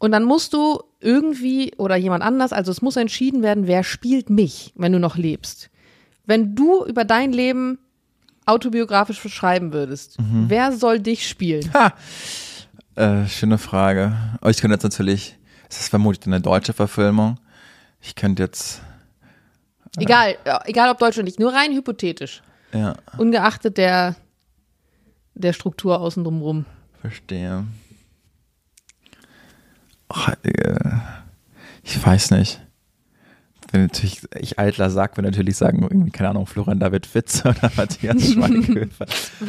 Und dann musst du irgendwie oder jemand anders, also es muss entschieden werden, wer spielt mich, wenn du noch lebst. Wenn du über dein Leben autobiografisch beschreiben würdest, mhm. wer soll dich spielen? Ha. Äh, schöne Frage. Oh, ich könnte jetzt natürlich, es ist vermutlich eine deutsche Verfilmung. Ich könnte jetzt. Äh, egal, egal ob deutsch oder nicht, nur rein hypothetisch. Ja. Ungeachtet der, der Struktur außen drumherum. Verstehe. Oh, äh, ich weiß nicht. Wenn natürlich ich Altler sag, wir natürlich sagen, irgendwie, keine Ahnung, Florian David Fitz oder Matthias Schweighöfer.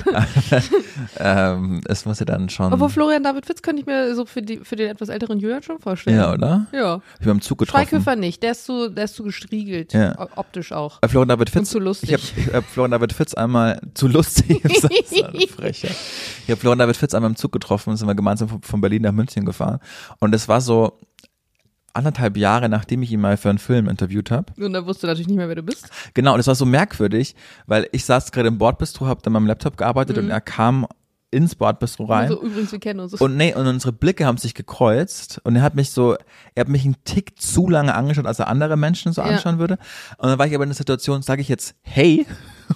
ähm, es muss ja dann schon. Aber Florian David Fitz könnte ich mir so für, die, für den etwas älteren Julian schon vorstellen. Ja, oder? Ja. Ich habe im Zug getroffen. Schweighöfer nicht, der ist zu, der ist zu gestriegelt, ja. optisch auch. Äh, Florian David Fitz. Und zu lustig. Ich habe hab Florian David Fitz einmal zu lustig. Das ist eine Freche. Ich habe Florian David Fitz einmal im Zug getroffen, sind wir gemeinsam von, von Berlin nach München gefahren. Und es war so anderthalb Jahre, nachdem ich ihn mal für einen Film interviewt habe. Und da wusste natürlich nicht mehr, wer du bist. Genau, und das war so merkwürdig, weil ich saß gerade im Bordbistro, habe dann mit meinem Laptop gearbeitet mhm. und er kam ins Bordbistro rein. Also übrigens, wir kennen uns. Und nee, und unsere Blicke haben sich gekreuzt und er hat mich so, er hat mich einen Tick zu lange angeschaut, als er andere Menschen so ja. anschauen würde. Und dann war ich aber in der Situation, sage ich jetzt, hey.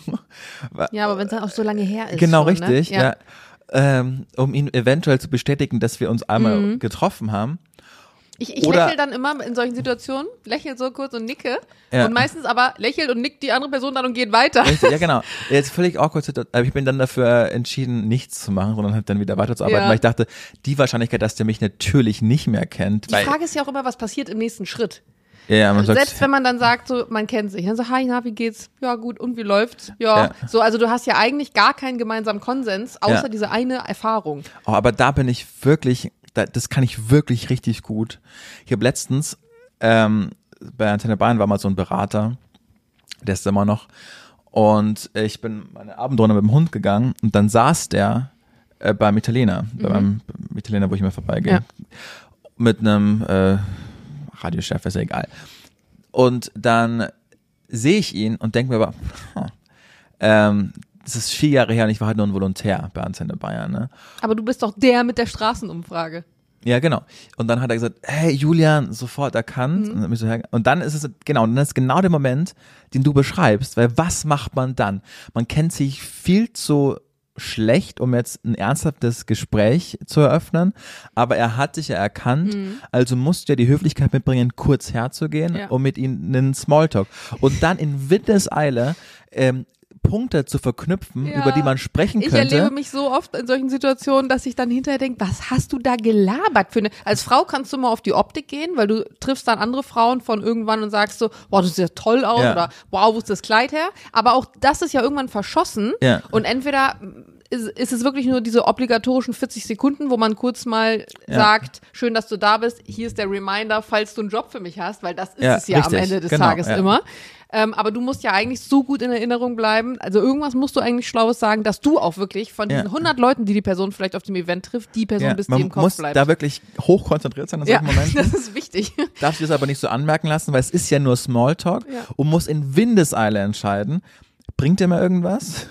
Ja, aber wenn es dann auch so lange her ist. Genau, schon, richtig, ne? ja. ja. Ähm, um ihn eventuell zu bestätigen, dass wir uns einmal mhm. getroffen haben. Ich, ich lächle dann immer in solchen Situationen, lächle so kurz und nicke ja. und meistens aber lächelt und nickt die andere Person dann und geht weiter. Richtig, ja genau. Jetzt völlig awkward, aber ich bin dann dafür entschieden, nichts zu machen, sondern halt dann wieder weiterzuarbeiten, ja. weil ich dachte, die Wahrscheinlichkeit, dass der mich natürlich nicht mehr kennt. Die weil, Frage ist ja auch immer, was passiert im nächsten Schritt. Ja, man Selbst sagt, wenn man dann sagt, so, man kennt sich, dann so, hi, na, wie geht's? Ja, gut, und wie läuft's? Ja, ja. so, also du hast ja eigentlich gar keinen gemeinsamen Konsens, außer ja. diese eine Erfahrung. Oh, aber da bin ich wirklich, das kann ich wirklich richtig gut. Ich habe letztens, ähm, bei Antenne Bayern war mal so ein Berater, der ist immer noch, und ich bin meine Abendrunde mit dem Hund gegangen und dann saß der äh, beim Italiener, mhm. bei meinem Italiener, wo ich immer vorbeigehe, ja. mit einem äh, Radiochef, ist ja egal. Und dann sehe ich ihn und denke mir aber, huh, ähm, das ist vier Jahre her und ich war halt nur ein Volontär bei Antenne Bayern. Ne? Aber du bist doch der mit der Straßenumfrage. Ja, genau. Und dann hat er gesagt, hey Julian, sofort erkannt. Mhm. Und, so, und dann ist es, genau, und dann ist genau der Moment, den du beschreibst, weil was macht man dann? Man kennt sich viel zu schlecht, um jetzt ein ernsthaftes Gespräch zu eröffnen, aber er hat dich ja erkannt, mhm. also musst du ja die Höflichkeit mitbringen, kurz herzugehen, ja. um mit ihm einen Smalltalk. Und dann in Windeseile ähm, Punkte zu verknüpfen, ja. über die man sprechen könnte. Ich erlebe mich so oft in solchen Situationen, dass ich dann hinterher denke, was hast du da gelabert für eine, als Frau kannst du mal auf die Optik gehen, weil du triffst dann andere Frauen von irgendwann und sagst so, wow, das sieht ja toll aus ja. oder wow, wo ist das Kleid her? Aber auch das ist ja irgendwann verschossen ja. und entweder ist, ist es wirklich nur diese obligatorischen vierzig Sekunden, wo man kurz mal ja. sagt, schön, dass du da bist, hier ist der Reminder, falls du einen Job für mich hast, weil das ist ja, es ja richtig. am Ende des genau, Tages ja. immer. Ähm, aber du musst ja eigentlich so gut in Erinnerung bleiben. Also irgendwas musst du eigentlich Schlaues sagen, dass du auch wirklich von diesen ja. hundert Leuten, die die Person vielleicht auf dem Event trifft, die Person ja. bist, man die im Kopf muss bleibt. Da wirklich hochkonzentriert sein in solchen ja, Momenten. Das ist wichtig. Darfst du das aber nicht so anmerken lassen, weil es ist ja nur Smalltalk ja. und muss in Windeseile entscheiden. Bringt dir mal irgendwas?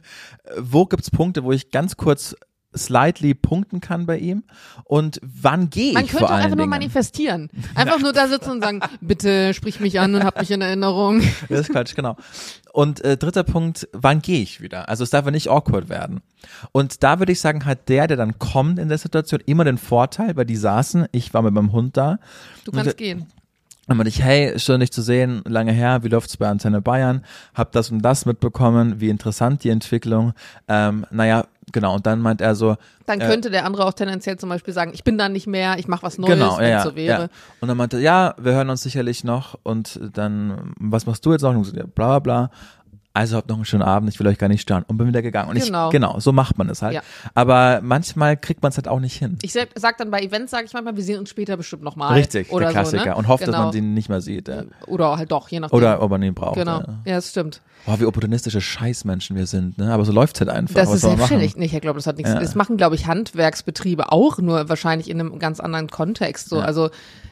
Wo gibt's Punkte, wo ich ganz kurz slightly punkten kann bei ihm und wann gehe ich Man könnte vor auch allen einfach nur Dingen? manifestieren. Einfach nur da sitzen und sagen, bitte sprich mich an und hab mich in Erinnerung. Das ist Quatsch, genau. Und äh, dritter Punkt, wann gehe ich wieder? Also es darf ja nicht awkward werden. Und da würde ich sagen, hat der, der dann kommt in der Situation, immer den Vorteil, weil die saßen, ich war mit meinem Hund da. Du kannst und, gehen. Dann meinte ich, hey, schön dich zu sehen, lange her, wie läuft's bei Antenne Bayern? Hab das und das mitbekommen, wie interessant die Entwicklung. Ähm, naja, genau, und dann meint er so. Dann könnte äh, der andere auch tendenziell zum Beispiel sagen, ich bin da nicht mehr, ich mache was Neues, genau, wenn ja, es so wäre. Ja. Und dann meinte er, ja, wir hören uns sicherlich noch und dann, was machst du jetzt noch? Und ich so, ja, bla bla. Also habt noch einen schönen Abend, ich will euch gar nicht stören. Und bin wieder gegangen. Und genau. ich, genau, so macht man es halt. Ja. Aber manchmal kriegt man es halt auch nicht hin. Ich sag, sag dann bei Events, sage ich manchmal, wir sehen uns später bestimmt nochmal. Richtig, oder der Klassiker. So, ne? Und hofft, genau. dass man den nicht mehr sieht. Ja. Oder halt doch, je nachdem. Oder ob man ihn braucht. Genau, ja, ja das stimmt. Boah, wie opportunistische Scheißmenschen wir sind, ne? Aber so läuft's halt einfach. Das Was ist soll man selbstverständlich machen? nicht. Ich glaube, das hat nichts. Ja. Das machen, glaube ich, Handwerksbetriebe auch, nur wahrscheinlich in einem ganz anderen Kontext. So, ja. also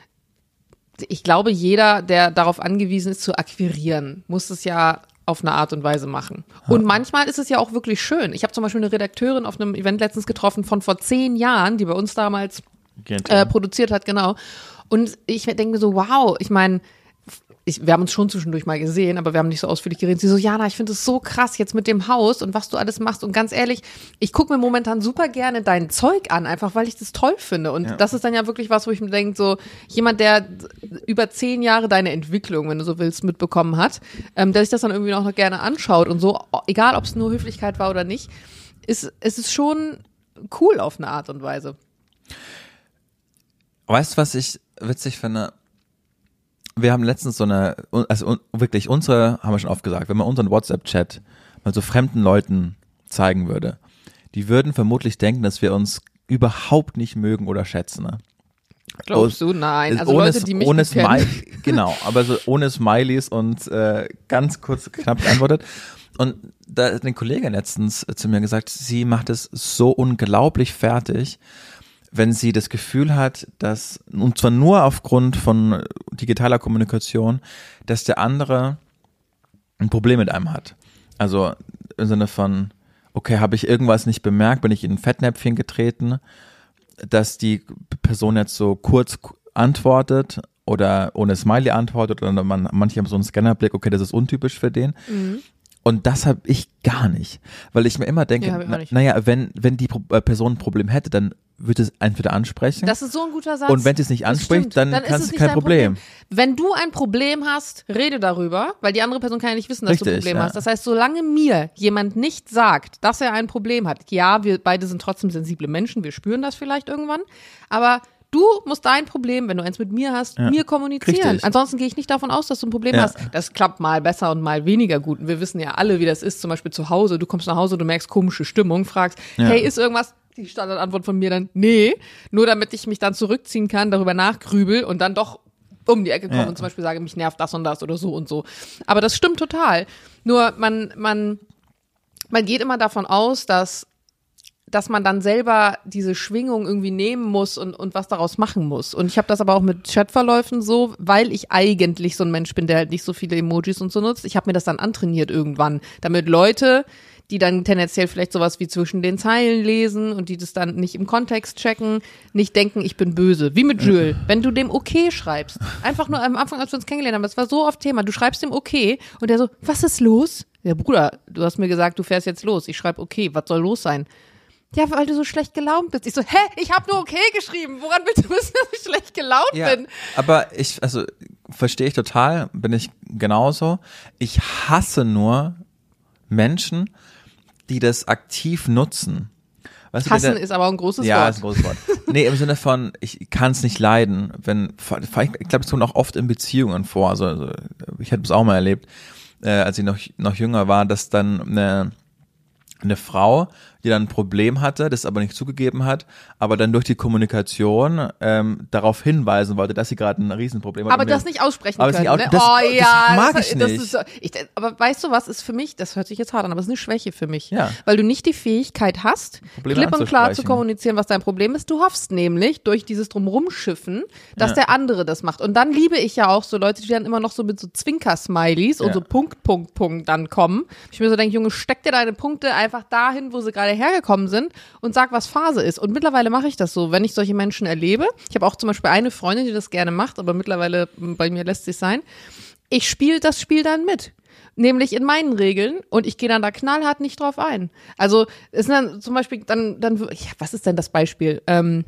ich glaube, jeder, der darauf angewiesen ist, zu akquirieren, muss es ja auf eine Art und Weise machen. Und manchmal ist es ja auch wirklich schön. Ich habe zum Beispiel eine Redakteurin auf einem Event letztens getroffen von vor zehn Jahren, die bei uns damals äh, produziert hat, genau. Und ich denke mir so, wow, ich meine, Ich, wir haben uns schon zwischendurch mal gesehen, aber wir haben nicht so ausführlich geredet. Sie so, Jana, ich finde es so krass jetzt mit dem Haus und was du alles machst. Und ganz ehrlich, ich gucke mir momentan super gerne dein Zeug an, einfach weil ich das toll finde. Und ja. das ist dann ja wirklich was, wo ich mir denke, so jemand, der über zehn Jahre deine Entwicklung, wenn du so willst, mitbekommen hat, ähm, der sich das dann irgendwie noch gerne anschaut und so, egal ob es nur Höflichkeit war oder nicht, ist, es ist schon cool auf eine Art und Weise. Weißt du, was ich witzig finde? Wir haben letztens so eine, also wirklich unsere, haben wir schon oft gesagt, wenn man unseren WhatsApp-Chat mal so fremden Leuten zeigen würde, die würden vermutlich denken, dass wir uns überhaupt nicht mögen oder schätzen. Ne? Glaubst du? Nein. Also ohne, Leute, die mich ohne nicht kennen. Smiley, genau, aber so ohne Smileys und äh, ganz kurz knapp geantwortet. Und da hat eine Kollegin letztens zu mir gesagt, sie macht es so unglaublich fertig, wenn sie das Gefühl hat, dass, und zwar nur aufgrund von digitaler Kommunikation, dass der andere ein Problem mit einem hat. Also im Sinne von, okay, habe ich irgendwas nicht bemerkt, bin ich in ein Fettnäpfchen getreten, dass die Person jetzt so kurz antwortet oder ohne Smiley antwortet oder man, manche haben so einen Scannerblick, okay, das ist untypisch für den. Mhm. Und das habe ich gar nicht, weil ich mir immer denke, ja, na, naja, wenn, wenn die Person ein Problem hätte, dann würde es entweder ansprechen. Das ist so ein guter Satz. Und wenn es nicht anspricht, dann, dann kann es kein Problem. Problem. Wenn du ein Problem hast, rede darüber, weil die andere Person kann ja nicht wissen, dass Richtig, du ein Problem ja. hast. Das heißt, solange mir jemand nicht sagt, dass er ein Problem hat, ja, wir beide sind trotzdem sensible Menschen, wir spüren das vielleicht irgendwann, aber du musst dein Problem, wenn du eins mit mir hast, ja. mir kommunizieren. Richtig. Ansonsten gehe ich nicht davon aus, dass du ein Problem ja. hast. Das klappt mal besser und mal weniger gut. Und wir wissen ja alle, wie das ist, zum Beispiel zu Hause. Du kommst nach Hause, du merkst komische Stimmung, fragst, ja. hey, ist irgendwas? Die Standardantwort von mir dann, nee. Nur damit ich mich dann zurückziehen kann, darüber nachgrübel und dann doch um die Ecke komme ja. und zum Beispiel sage, mich nervt das und das oder so und so. Aber das stimmt total. Nur man, man, man geht immer davon aus, dass dass man dann selber diese Schwingung irgendwie nehmen muss und, und was daraus machen muss. Und ich habe das aber auch mit Chatverläufen so, weil ich eigentlich so ein Mensch bin, der halt nicht so viele Emojis und so nutzt. Ich habe mir das dann antrainiert irgendwann, damit Leute, die dann tendenziell vielleicht sowas wie zwischen den Zeilen lesen und die das dann nicht im Kontext checken, nicht denken, ich bin böse. Wie mit Jules. Wenn du dem okay schreibst, einfach nur am Anfang, als wir uns kennengelernt haben, das war so oft Thema, du schreibst dem okay und der so, was ist los? Ja, Bruder, du hast mir gesagt, du fährst jetzt los. Ich schreibe okay, was soll los sein? Ja, weil du so schlecht gelaunt bist. Ich so, hä, ich habe nur okay geschrieben. Woran willst du wissen, dass ich schlecht gelaunt ja, bin? Aber ich, also verstehe ich total, bin ich genauso. Ich hasse nur Menschen, die das aktiv nutzen. Weißt Hassen du, ist aber ein großes ja, Wort. Ja, ist ein großes Wort. Nee, im Sinne von, ich kann es nicht leiden. Wenn, ich glaube, es kommt auch oft in Beziehungen vor. Also, also ich hätte es auch mal erlebt, äh, als ich noch, noch jünger war, dass dann eine, eine Frau, die dann ein Problem hatte, das aber nicht zugegeben hat, aber dann durch die Kommunikation ähm, darauf hinweisen wollte, dass sie gerade ein Riesenproblem hat. Aber das nicht aussprechen aber können, nicht, ne? das, oh ja, das mag das, ich das nicht. Ist so, ich, aber weißt du was, ist für mich, das hört sich jetzt hart an, aber es ist eine Schwäche für mich. Ja. Weil du nicht die Fähigkeit hast, Probleme klipp und klar zu kommunizieren, was dein Problem ist. Du hoffst nämlich durch dieses Drumrumschiffen, dass ja. der andere das macht. Und dann liebe ich ja auch so Leute, die dann immer noch so mit so Zwinker-Smileys ja. und so Punkt, Punkt, Punkt dann kommen. Ich mir so denke, Junge, steck dir deine Punkte einfach dahin, wo sie gerade hergekommen sind und sag, was Phase ist. Und mittlerweile mache ich das so, wenn ich solche Menschen erlebe. Ich habe auch zum Beispiel eine Freundin, die das gerne macht, aber mittlerweile bei mir lässt sich sein. Ich spiele das Spiel dann mit. Nämlich in meinen Regeln und ich gehe dann da knallhart nicht drauf ein. Also es ist dann zum Beispiel dann, dann ja, was ist denn das Beispiel? Ähm,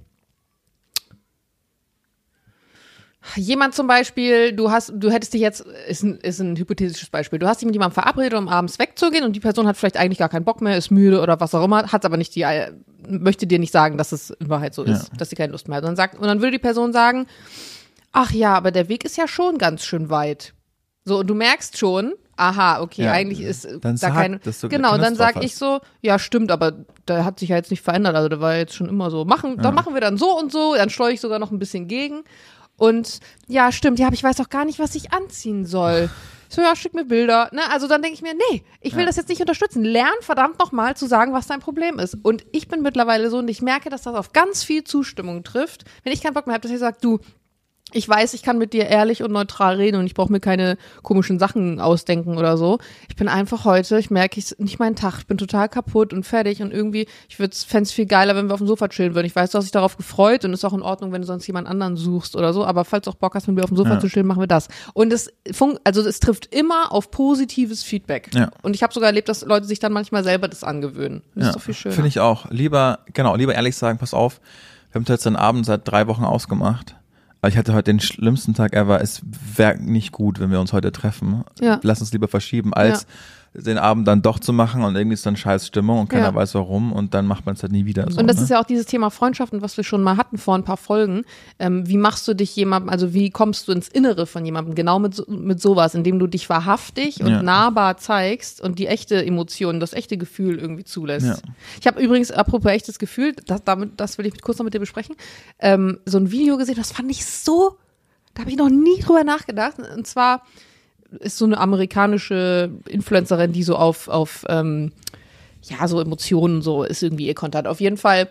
Jemand zum Beispiel, du hast, du hättest dich jetzt, ist ein, ist ein hypothetisches Beispiel, du hast dich mit jemandem verabredet, um abends wegzugehen und die Person hat vielleicht eigentlich gar keinen Bock mehr, ist müde oder was auch immer, hat aber nicht die, möchte dir nicht sagen, dass es in Wahrheit so ist, ja. dass sie keine Lust mehr hat. Und dann, sagt, und dann würde die Person sagen, ach ja, aber der Weg ist ja schon ganz schön weit. So, und du merkst schon, aha, okay, ja, eigentlich ist dann da sag, keine, dass du genau, dann sag hast. ich so, ja stimmt, aber der hat sich ja jetzt nicht verändert, also der war jetzt schon immer so, machen, ja. dann machen wir dann so und so, dann steuere ich sogar noch ein bisschen gegen. Und ja, stimmt, ja, aber ich weiß auch gar nicht, was ich anziehen soll. So, ja, schick mir Bilder. Ne? Also dann denke ich mir, nee, ich will ja. das jetzt nicht unterstützen. Lern verdammt nochmal zu sagen, was dein Problem ist. Und ich bin mittlerweile so und ich merke, dass das auf ganz viel Zustimmung trifft. Wenn ich keinen Bock mehr habe, dass ich sage, du, Ich weiß, ich kann mit dir ehrlich und neutral reden und ich brauche mir keine komischen Sachen ausdenken oder so. Ich bin einfach heute, ich merke, ich nicht meinen Tag, ich bin total kaputt und fertig und irgendwie, ich fände es viel geiler, wenn wir auf dem Sofa chillen würden. Ich weiß, du hast dich darauf gefreut und ist auch in Ordnung, wenn du sonst jemand anderen suchst oder so, aber falls du auch Bock hast, mit mir auf dem Sofa ja. zu chillen, machen wir das. Und es fun- also es trifft immer auf positives Feedback. Ja. Und ich habe sogar erlebt, dass Leute sich dann manchmal selber das angewöhnen. Das ja. ist doch viel schöner. Finde ich auch. Lieber, genau, lieber ehrlich sagen, pass auf, wir haben jetzt den Abend seit drei Wochen ausgemacht. Aber ich hatte heute den schlimmsten Tag ever. Es wäre nicht gut, wenn wir uns heute treffen. Ja. Lass uns lieber verschieben, als ja. den Abend dann doch zu machen und irgendwie ist dann scheiß Stimmung und keiner ja. weiß warum und dann macht man es halt nie wieder. So, und das ne? ist ja auch dieses Thema Freundschaften, was wir schon mal hatten vor ein paar Folgen. Ähm, wie machst du dich jemandem, also wie kommst du ins Innere von jemandem, genau mit, so, mit sowas, indem du dich wahrhaftig und ja. nahbar zeigst und die echte Emotion, das echte Gefühl irgendwie zulässt. Ja. Ich habe übrigens, apropos echtes Gefühl, das, damit, das will ich kurz noch mit dir besprechen, ähm, so ein Video gesehen, das fand ich so, da habe ich noch nie drüber nachgedacht. Und zwar ist so eine amerikanische Influencerin, die so auf, auf ähm, ja, so Emotionen, so ist irgendwie ihr Content. Auf jeden Fall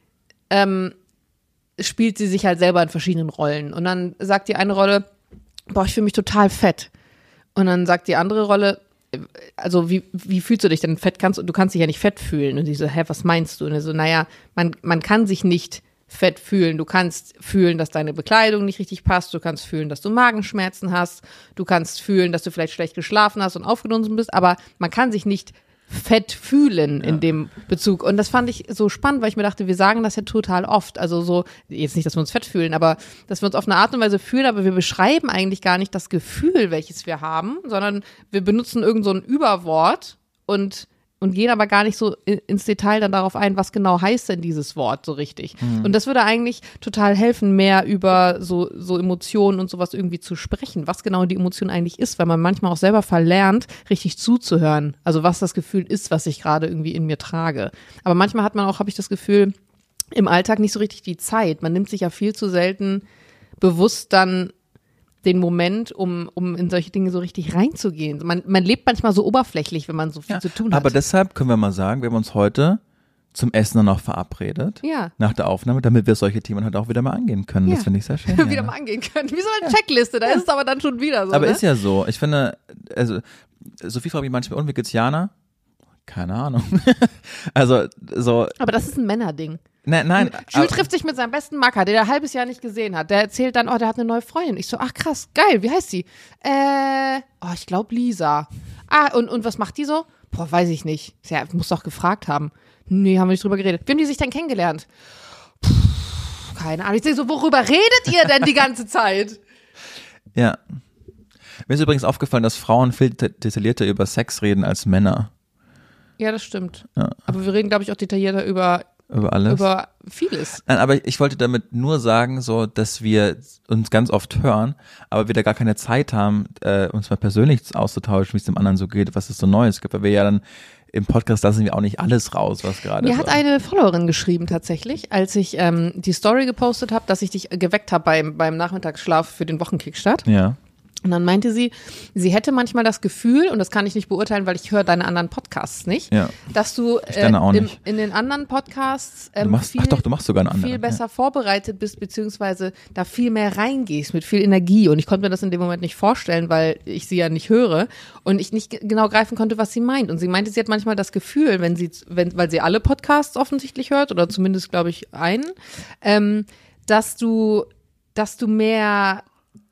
ähm, spielt sie sich halt selber in verschiedenen Rollen. Und dann sagt die eine Rolle, boah, ich fühle mich total fett. Und dann sagt die andere Rolle, also wie, wie fühlst du dich denn fett? Kannst, du kannst dich ja nicht fett fühlen. Und sie so, hä, was meinst du? Und er so, naja, man, man kann sich nicht fett fühlen. Du kannst fühlen, dass deine Bekleidung nicht richtig passt. Du kannst fühlen, dass du Magenschmerzen hast. Du kannst fühlen, dass du vielleicht schlecht geschlafen hast und aufgedunsen bist. Aber man kann sich nicht fett fühlen in ja. dem Bezug. Und das fand ich so spannend, weil ich mir dachte, wir sagen das ja total oft. Also so, jetzt nicht, dass wir uns fett fühlen, aber dass wir uns auf eine Art und Weise fühlen, aber wir beschreiben eigentlich gar nicht das Gefühl, welches wir haben, sondern wir benutzen irgend so ein Überwort und und gehen aber gar nicht so ins Detail dann darauf ein, was genau heißt denn dieses Wort so richtig. Mhm. Und das würde eigentlich total helfen, mehr über so, so Emotionen und sowas irgendwie zu sprechen, was genau die Emotion eigentlich ist, weil man manchmal auch selber verlernt, richtig zuzuhören. Also was das Gefühl ist, was ich gerade irgendwie in mir trage. Aber manchmal hat man auch, habe ich das Gefühl, im Alltag nicht so richtig die Zeit. Man nimmt sich ja viel zu selten bewusst dann den Moment, um, um in solche Dinge so richtig reinzugehen. Man, man lebt manchmal so oberflächlich, wenn man so viel ja, zu tun hat. Aber deshalb können wir mal sagen, wir haben uns heute zum Essen dann noch verabredet, ja. nach der Aufnahme, damit wir solche Themen halt auch wieder mal angehen können. Ja. Das finde ich sehr schön. wieder ja. mal angehen können. Wie so eine ja. Checkliste, da ja. ist es aber dann schon wieder so. Aber ne? ist ja so. Ich finde, also Sophie fragt mich manchmal, und wie geht's Jana? Keine Ahnung. also so. Aber das ist ein Männerding. Nein, nein. Jules trifft sich mit seinem besten Macker, den er ein halbes Jahr nicht gesehen hat. Der erzählt dann, oh, der hat eine neue Freundin. Ich so, ach krass, geil, wie heißt sie? Äh, oh, ich glaube Lisa. Ah, und, und was macht die so? Boah, weiß ich nicht. Ja, muss doch gefragt haben. Nee, haben wir nicht drüber geredet. Wie haben die sich denn kennengelernt? Puh, keine Ahnung. Ich denke so, worüber redet ihr denn die ganze Zeit? Ja. Mir ist übrigens aufgefallen, dass Frauen viel detaillierter über Sex reden als Männer. Ja, das stimmt. Ja. Aber wir reden, glaube ich, auch detaillierter über Über alles? Über vieles. Nein, aber ich wollte damit nur sagen, so, dass wir uns ganz oft hören, aber wir da gar keine Zeit haben, äh, uns mal persönlich auszutauschen, wie es dem anderen so geht, was es so Neues gibt, weil wir ja dann im Podcast lassen wir auch nicht alles raus, was gerade Mir so. hat eine Followerin geschrieben tatsächlich, als ich ähm, die Story gepostet habe, dass ich dich geweckt habe beim, beim Nachmittagsschlaf für den Wochenkickstart. Ja. Und dann meinte sie, sie hätte manchmal das Gefühl, und das kann ich nicht beurteilen, weil ich höre deine anderen Podcasts nicht, ja. dass du äh, auch im, nicht. in den anderen Podcasts ähm, du machst, viel, ach doch, du machst sogar einen anderen. viel besser ja. vorbereitet bist, beziehungsweise da viel mehr reingehst, mit viel Energie. Und ich konnte mir das in dem Moment nicht vorstellen, weil ich sie ja nicht höre und ich nicht genau greifen konnte, was sie meint. Und sie meinte, sie hat manchmal das Gefühl, wenn sie, wenn, weil sie alle Podcasts offensichtlich hört, oder zumindest, glaube ich, einen, ähm, dass du, dass du mehr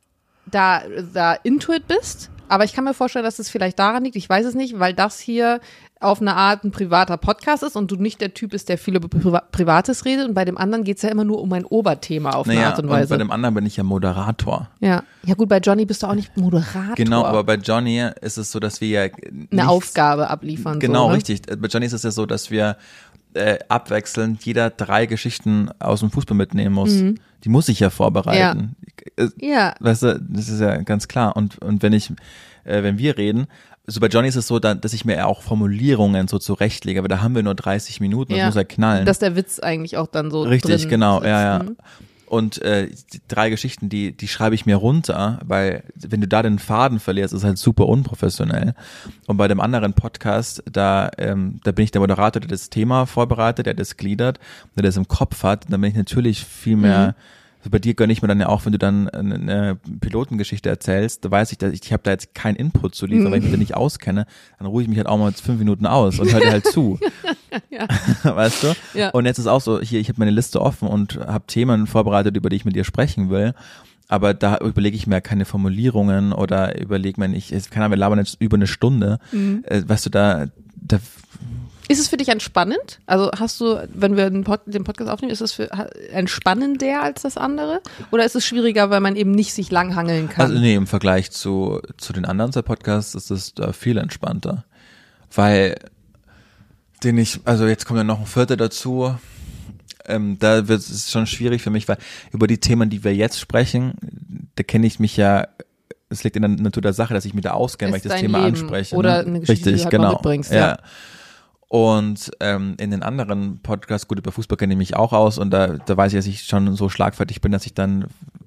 da, da into it bist, aber ich kann mir vorstellen, dass es vielleicht daran liegt, ich weiß es nicht, weil das hier auf eine Art ein privater Podcast ist und du nicht der Typ bist, der viel über Priva- Privates redet und bei dem anderen geht's ja immer nur um ein Oberthema auf naja, eine Art und Weise. Und bei dem anderen bin ich ja Moderator. Ja, ja gut, bei Johnny bist du auch nicht Moderator. Genau, aber bei Johnny ist es so, dass wir ja nichts, eine Aufgabe abliefern. Genau, so, ne? richtig. Bei Johnny ist es ja so, dass wir äh, abwechselnd jeder drei Geschichten aus dem Fußball mitnehmen muss. Mhm. Die muss ich ja vorbereiten. Ja. ja. Weißt du, das ist ja ganz klar. Und, und wenn ich, äh, wenn wir reden, so bei Johnny ist es so, dass ich mir auch Formulierungen so zurechtlege, aber da haben wir nur dreißig Minuten, das ja. muss ja knallen. Dass der Witz eigentlich auch dann so richtig, drin genau, sitzt. ja, ja. Und äh, die drei Geschichten, die die schreibe ich mir runter, weil wenn du da den Faden verlierst, ist halt super unprofessionell. Und bei dem anderen Podcast, da ähm, da bin ich der Moderator, der das Thema vorbereitet, der das gliedert, der das im Kopf hat. Und dann bin ich natürlich viel mehr Also bei dir gönne ich mir dann ja auch, wenn du dann eine, eine Pilotengeschichte erzählst, da weiß ich, dass ich, ich habe da jetzt keinen Input zu liefern, mhm. weil ich mich da nicht auskenne, dann ruhe ich mich halt auch mal fünf Minuten aus und höre dir halt zu. Ja. Weißt du? Ja. Und jetzt ist auch so, hier, ich habe meine Liste offen und habe Themen vorbereitet, über die ich mit dir sprechen will. Aber da überlege ich mir keine Formulierungen oder überlege mir nicht, keine Ahnung, wir labern jetzt über eine Stunde. Mhm. Äh, weißt du, da, da ist es für dich entspannend? Also hast du, wenn wir den, Pod, den Podcast aufnehmen, ist es für entspannender als das andere? Oder ist es schwieriger, weil man eben nicht sich langhangeln kann? Also nee, im Vergleich zu, zu den anderen Podcasts ist es da viel entspannter. Weil den ich, also jetzt kommt ja noch ein Vierter dazu, ähm, da wird es schon schwierig für mich, weil über die Themen, die wir jetzt sprechen, da kenne ich mich ja, es liegt in der Natur der Sache, dass ich mich da auskenne, weil ich das Thema Leben anspreche. Oder ne? eine Geschichte, Richtig, die du halt genau. mal mitbringst. Ja. ja. Und ähm, in den anderen Podcasts, gut, über Fußball kenne ich mich auch aus und da, da weiß ich, dass ich schon so schlagfertig bin, dass ich dann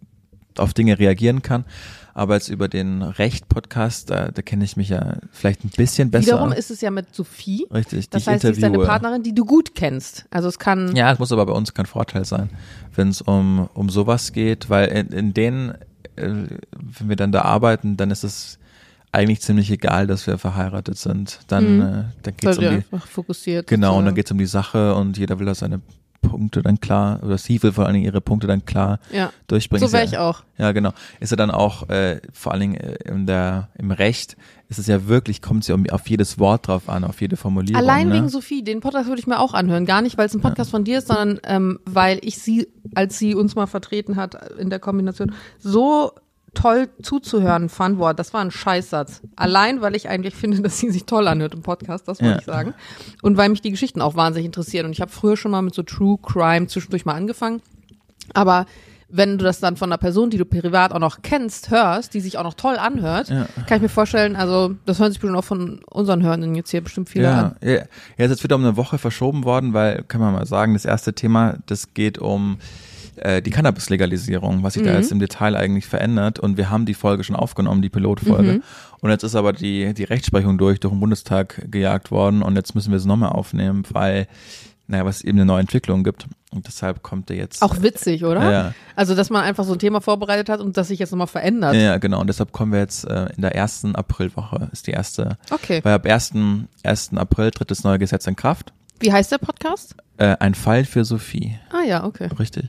auf Dinge reagieren kann. Aber jetzt über den Recht-Podcast, da, da kenne ich mich ja vielleicht ein bisschen besser. Wiederum ist es ja mit Sophie. Richtig, das heißt, sie ist deine Partnerin, die du gut kennst. Also es kann. Ja, es muss aber bei uns kein Vorteil sein, wenn es um, um sowas geht, weil in, in denen, äh, wenn wir dann da arbeiten, dann ist es eigentlich ziemlich egal, dass wir verheiratet sind. Dann, mhm. äh, dann geht's um die, einfach fokussiert. Genau, sozusagen. Und dann geht's um die Sache und jeder will da seine Punkte dann klar, oder sie will vor allen Dingen ihre Punkte dann klar ja. durchbringen. So wäre ich auch. Ja, genau. Ist ja dann auch, äh, vor allen Dingen in der, im Recht, ist es ja wirklich, kommt es ja um, auf jedes Wort drauf an, auf jede Formulierung. Allein ne? wegen Sophie, den Podcast würde ich mir auch anhören. Gar nicht, weil es ein Podcast ja. von dir ist, sondern ähm, weil ich sie, als sie uns mal vertreten hat in der Kombination, so toll zuzuhören fand. Boah, das war ein Scheißsatz. Allein, weil ich eigentlich finde, dass sie sich toll anhört im Podcast, das wollte ja. ich sagen. Und weil mich die Geschichten auch wahnsinnig interessieren. Und ich habe früher schon mal mit so True Crime zwischendurch mal angefangen. Aber wenn du das dann von einer Person, die du privat auch noch kennst, hörst, die sich auch noch toll anhört, ja. kann ich mir vorstellen, also das hören sich bestimmt auch von unseren Hörenden jetzt hier bestimmt viele ja. an. Ja, ja, ist jetzt wieder um eine Woche verschoben worden, weil, kann man mal sagen, das erste Thema, das geht um die Cannabis-Legalisierung, was sich mhm. da jetzt im Detail eigentlich verändert. Und wir haben die Folge schon aufgenommen, die Pilotfolge. Mhm. Und jetzt ist aber die, die Rechtsprechung durch, durch den Bundestag gejagt worden. Und jetzt müssen wir es nochmal aufnehmen, weil, naja, was eben eine neue Entwicklung gibt. Und deshalb kommt der jetzt. Auch witzig, oder? Ja. Also, dass man einfach so ein Thema vorbereitet hat und das sich jetzt nochmal verändert. Ja, genau. Und deshalb kommen wir jetzt äh, in der ersten Aprilwoche, ist die erste. Okay. Weil ab ersten April tritt das neue Gesetz in Kraft. Wie heißt der Podcast? Äh, ein Fall für Sophie. Ah ja, okay. Richtig.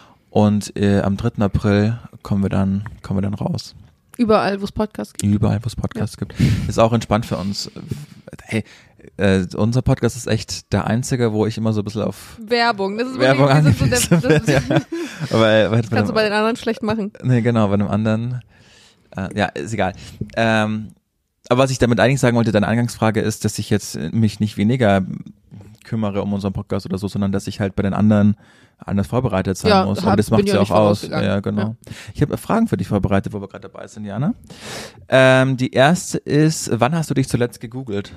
Und äh, am dritten April kommen wir dann, kommen wir dann raus. Überall, wo es Podcasts gibt? Überall, wo es Podcasts ja. gibt. Ist auch entspannt für uns. Hey, äh, unser Podcast ist echt der einzige, wo ich immer so ein bisschen auf Werbung, das ist Werbung wirklich, so der, das, ja. weil, weil, das kannst du bei den anderen schlecht machen. Nee, genau, bei einem anderen, äh, ja, ist egal. Ähm, aber was ich damit eigentlich sagen wollte, deine Eingangsfrage ist, dass ich jetzt mich nicht weniger kümmere um unseren Podcast oder so, sondern dass ich halt bei den anderen anders vorbereitet sein ja, muss. Hab, Aber das macht ja auch aus. Ja, genau. Ja. Ich habe Fragen für dich vorbereitet, wo wir gerade dabei sind, Jana. Ähm, die erste ist, wann hast du dich zuletzt gegoogelt?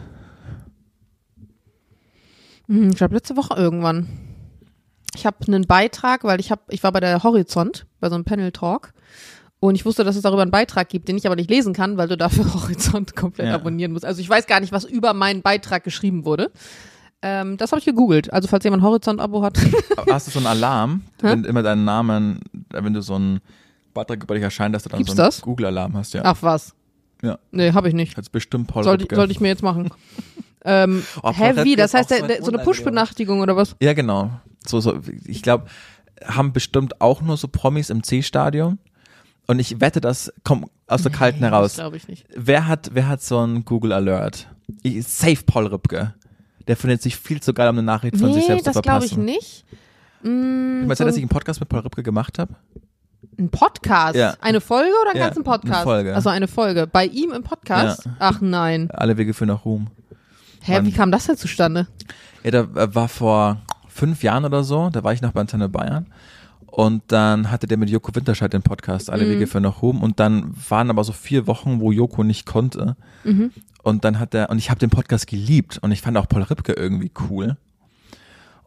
Ich glaube letzte Woche irgendwann. Ich habe einen Beitrag, weil ich habe, ich war bei der Horizont, bei so einem Panel-Talk. Und ich wusste, dass es darüber einen Beitrag gibt, den ich aber nicht lesen kann, weil du dafür Horizont komplett ja. abonnieren musst. Also ich weiß gar nicht, was über meinen Beitrag geschrieben wurde. Ähm, das habe ich gegoogelt. Also falls jemand ein Horizont-Abo hat. Hast du so einen Alarm, wenn immer deinen Namen, wenn du so einen Beitrag über dich erscheint, dass du dann Gibt's so einen das? Google-Alarm hast? Ja. Ach was? Ja. Nee, habe ich nicht. Hat's bestimmt Paul Sollte, sollte ich mir jetzt machen. ähm, oh, hä, wie? Das heißt, der, der, so eine Push-Benachrichtigung oder was? Ja, genau. So, so, ich glaube, haben bestimmt auch nur so Promis im C-Stadion. Und ich wette, das kommt aus der Kalten nee, heraus. Das glaube ich nicht. Wer hat, wer hat so einen Google Alert? Ich, safe Paul Rübke. Der findet sich viel zu geil, um eine Nachricht von nee, sich selbst zu verpassen. das glaube ich nicht. Mm, ich meine, so dass ich einen Podcast mit Paul Rübke gemacht habe? Ein Podcast? Ja. Eine Folge oder einen ja, ganzen Podcast? Eine Folge. Also eine Folge. Bei ihm im Podcast? Ja. Ach nein. Alle Wege führen nach Ruhm. Hä, Mann. wie kam das denn zustande? Ja, da war vor fünf Jahren oder so, da war ich noch bei Antenne Bayern. Und dann hatte der mit Joko Winterscheid den Podcast, Alle mhm. Wege führen nach Ruhm. Und dann waren aber so vier Wochen, wo Joko nicht konnte. Mhm. Und dann hat er, und ich habe den Podcast geliebt und ich fand auch Paul Rübke irgendwie cool.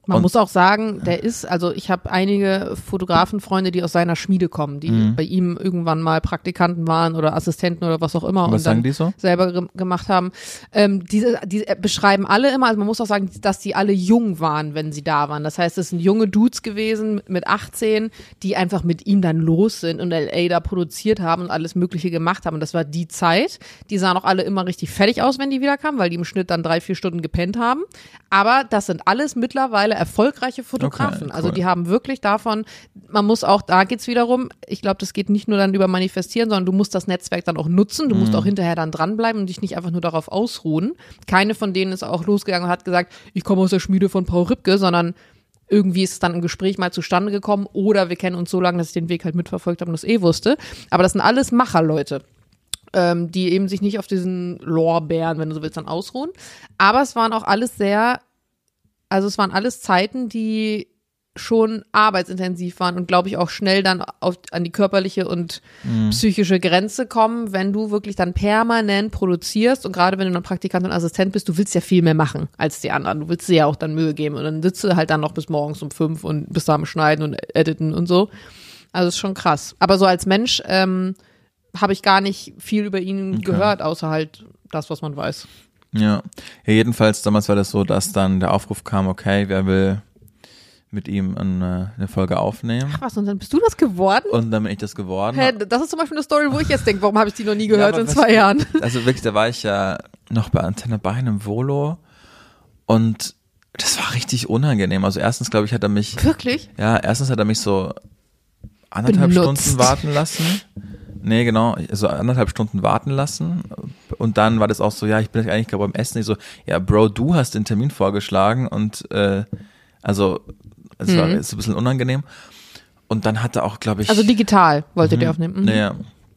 Man Und- muss auch sagen, der ist, also ich habe einige Fotografenfreunde, die aus seiner Schmiede kommen, die Mhm. bei ihm irgendwann mal Praktikanten waren oder Assistenten oder was auch immer Und was und dann sagen die so? selber ge- gemacht haben. Ähm, diese, die beschreiben alle immer, also man muss auch sagen, dass die alle jung waren, wenn sie da waren. Das heißt, es sind junge Dudes gewesen mit achtzehn, die einfach mit ihm dann los sind und L A da produziert haben und alles Mögliche gemacht haben. Und das war die Zeit. Die sahen auch alle immer richtig fertig aus, wenn die wiederkamen, weil die im Schnitt dann drei, vier Stunden gepennt haben. Aber das sind alles mittlerweile erfolgreiche Fotografen. Okay, cool. Also die haben wirklich davon, man muss auch, da geht's wiederum, ich glaube, das geht nicht nur dann über Manifestieren, sondern du musst das Netzwerk dann auch nutzen, du musst auch hinterher dann dranbleiben und dich nicht einfach nur darauf ausruhen. Keine von denen ist auch losgegangen und hat gesagt, ich komme aus der Schmiede von Paul Ripke, sondern irgendwie ist es dann im Gespräch mal zustande gekommen oder wir kennen uns so lange, dass ich den Weg halt mitverfolgt habe und das eh wusste. Aber das sind alles Macherleute. Ähm, die eben sich nicht auf diesen Lorbeeren, wenn du so willst, dann ausruhen. Aber es waren auch alles sehr, also es waren alles Zeiten, die schon arbeitsintensiv waren und glaube ich auch schnell dann auf, an die körperliche und Mhm. psychische Grenze kommen, wenn du wirklich dann permanent produzierst und gerade wenn du dann Praktikant und Assistent bist, du willst ja viel mehr machen als die anderen. Du willst dir ja auch dann Mühe geben und dann sitzt du halt dann noch bis morgens um fünf und bist da am Schneiden und Editen und so. Also ist schon krass. Aber so als Mensch, ähm, habe ich gar nicht viel über ihn Okay. gehört, außer halt das, was man weiß. Ja. ja, jedenfalls damals war das so, dass dann der Aufruf kam, okay, wer will mit ihm eine, eine Folge aufnehmen? Ach was, und dann bist du das geworden? Und dann bin ich das geworden. Hä, das ist zum Beispiel eine Story, wo ich jetzt denke, warum habe ich die noch nie gehört aber in was- zwei Jahren? Also wirklich, da war ich ja noch bei Antenne Bayern im Volo und das war richtig unangenehm. Also erstens, glaube ich, hat er mich, Wirklich? ja, erstens hat er mich so anderthalb Benutzt. Stunden warten lassen. Nee, genau, also anderthalb Stunden warten lassen. Und dann war das auch so, ja, ich bin eigentlich gerade beim Essen. Ich so, ja, Bro, du hast den Termin vorgeschlagen und äh, also es war Mhm. ist ein bisschen unangenehm. Und dann hat er auch, glaube ich, Also digital wolltet Mhm. ihr aufnehmen. Mhm. Naja.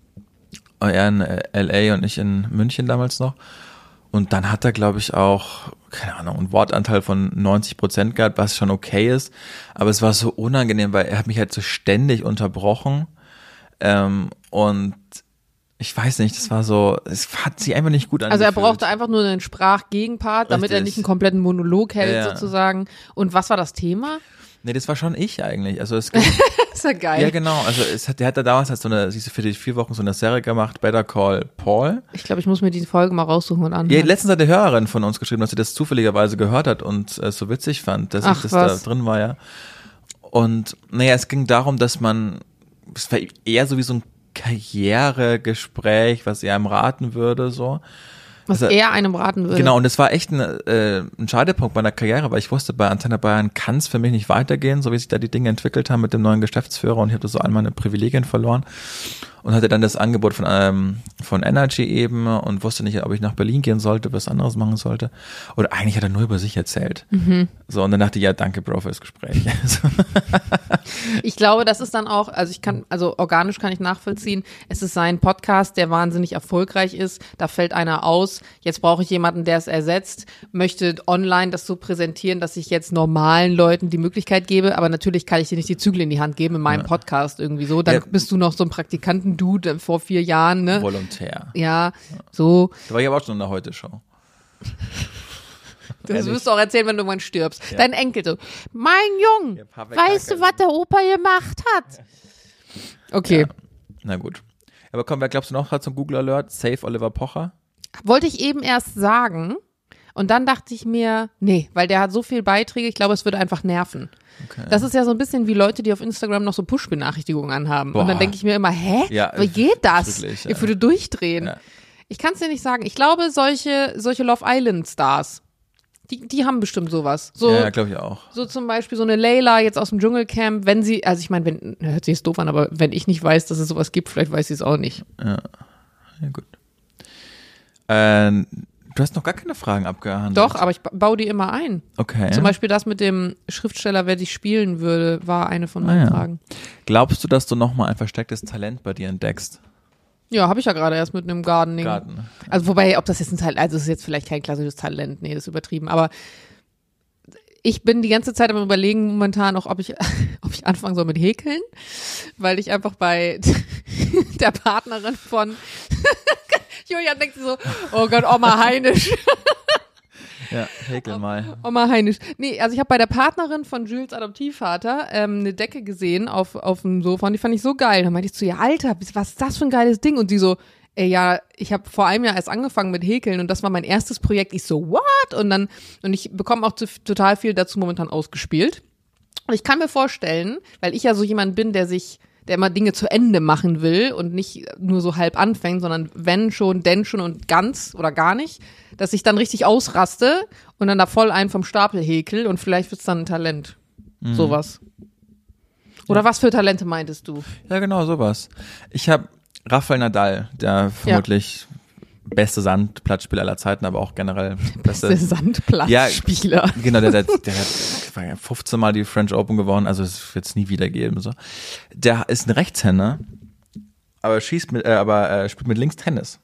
Er in äh, L A und ich in München damals noch. Und dann hat er, glaube ich, auch, keine Ahnung, einen Wortanteil von neunzig Prozent gehabt, was schon okay ist. Aber es war so unangenehm, weil er hat mich halt so ständig unterbrochen. Ähm, und ich weiß nicht, das war so, es hat sich einfach nicht gut Also er angefühlt. brauchte einfach nur einen Sprachgegenpart, damit er Richtig. nicht einen kompletten Monolog hält Ja. sozusagen. Und was war das Thema? Nee, das war schon ich eigentlich. Also es ging, ist ja geil. ja genau, also es hat, der hat da damals halt so eine, siehst du, für die vier Wochen so eine Serie gemacht, Better Call Paul. Ich glaube, ich muss mir die Folge mal raussuchen und anhören. Ja, letztens hat eine Hörerin von uns geschrieben, dass sie das zufälligerweise gehört hat und es so witzig fand, dass Ach, ich das was. da drin war, ja. Und naja, es ging darum, dass man, es war eher so wie so ein Karrieregespräch, was er ihm raten würde, so. was also- er einem raten würde. Genau, und das war echt ein, äh, ein Scheidepunkt meiner Karriere, weil ich wusste, bei Antenne Bayern kann es für mich nicht weitergehen, so wie sich da die Dinge entwickelt haben mit dem neuen Geschäftsführer und ich hatte so all meine Privilegien verloren und hatte dann das Angebot von ähm, von Energy eben und wusste nicht, ob ich nach Berlin gehen sollte, was anderes machen sollte. Und eigentlich hat er nur über sich erzählt. Mhm. So, und dann dachte ich, ja, danke, Bro, fürs Gespräch. So. Ich glaube, das ist dann auch, also ich kann, also organisch kann ich nachvollziehen, es ist sein Podcast, der wahnsinnig erfolgreich ist, da fällt einer aus, jetzt brauche ich jemanden, der es ersetzt, möchte online das so präsentieren, dass ich jetzt normalen Leuten die Möglichkeit gebe, aber natürlich kann ich dir nicht die Zügel in die Hand geben in meinem Ja. Podcast irgendwie so, dann Ja. bist du noch so ein Praktikanten-Dude vor vier Jahren, ne? Volontär. Ja, so, Da war ich aber auch schon in der Heute-Show. das Ehrlich? wirst du auch erzählen, wenn du irgendwann stirbst. Ja. Dein Enkel so, mein Jung, Ja, Pavel weißt du, Kacke. was der Opa gemacht hat? Okay. Ja. Na gut. Aber komm, wer glaubst du noch hat zum Google Alert? Save Oliver Pocher? Wollte ich eben erst sagen und dann dachte ich mir, nee, weil der hat so viel Beiträge, ich glaube, es würde einfach nerven. Okay. Das ist ja so ein bisschen wie Leute, die auf Instagram noch so Push-Benachrichtigungen anhaben. Boah. Und dann denke ich mir immer, hä? Ja, Wie geht das? wirklich, ja. Ich würde durchdrehen. Ja. Ich kann es dir nicht sagen. Ich glaube, solche, solche Love Island-Stars, die, die haben bestimmt sowas. So, Ja, glaube ich auch. so zum Beispiel so eine Layla jetzt aus dem Dschungelcamp, wenn sie, also ich meine, wenn, hört sich jetzt doof an, aber wenn ich nicht weiß, dass es sowas gibt, vielleicht weiß sie es auch nicht. Ja, ja gut. Ähm, du hast noch gar keine Fragen abgehandelt. Doch, aber ich ba- baue die immer ein. Okay. Zum Beispiel das mit dem Schriftsteller, wer dich spielen würde, war eine von meinen Ah, ja. Fragen. Glaubst du, dass du nochmal ein verstecktes Talent bei dir entdeckst? Ja, habe ich ja gerade erst mit einem Gardening. Garten. Also wobei, ob das jetzt ein Talent, also es ist jetzt vielleicht kein klassisches Talent, nee, das ist übertrieben, aber ich bin die ganze Zeit am Überlegen momentan auch, ob ich, ob ich anfangen soll mit Häkeln, weil ich einfach bei der Partnerin von Julian denkt sich so, oh Gott, Oma Heinisch. Ja, häkel mal. Oma Heinisch. Nee, also ich habe bei der Partnerin von Jules Adoptivvater ähm, eine Decke gesehen auf, auf dem Sofa und die fand ich so geil. Dann meinte ich zu ihr, Alter, was ist das für ein geiles Ding? Und sie so, ey, ja, ich habe vor einem Jahr erst angefangen mit Häkeln und das war mein erstes Projekt. Ich so, what? Und dann, und ich bekomme auch zu, total viel dazu momentan ausgespielt. Und ich kann mir vorstellen, weil ich ja so jemand bin, der sich der immer Dinge zu Ende machen will und nicht nur so halb anfängt, sondern wenn schon, denn schon und ganz oder gar nicht, dass ich dann richtig ausraste und dann da voll einen vom Stapel häkel und vielleicht wird's dann ein Talent. Mhm. Sowas. Oder ja. Was für Talente meintest du? Ja, genau, sowas. Ich habe Rafael Nadal, der vermutlich ja. beste Sandplatzspieler aller Zeiten, aber auch generell beste, beste Sandplatzspieler. Ja, genau, der, der, der hat fünfzehn Mal die French Open gewonnen, also es wird es nie wieder geben. So. Der ist ein Rechtshänder, aber schießt mit, äh, aber äh, spielt mit links Tennis.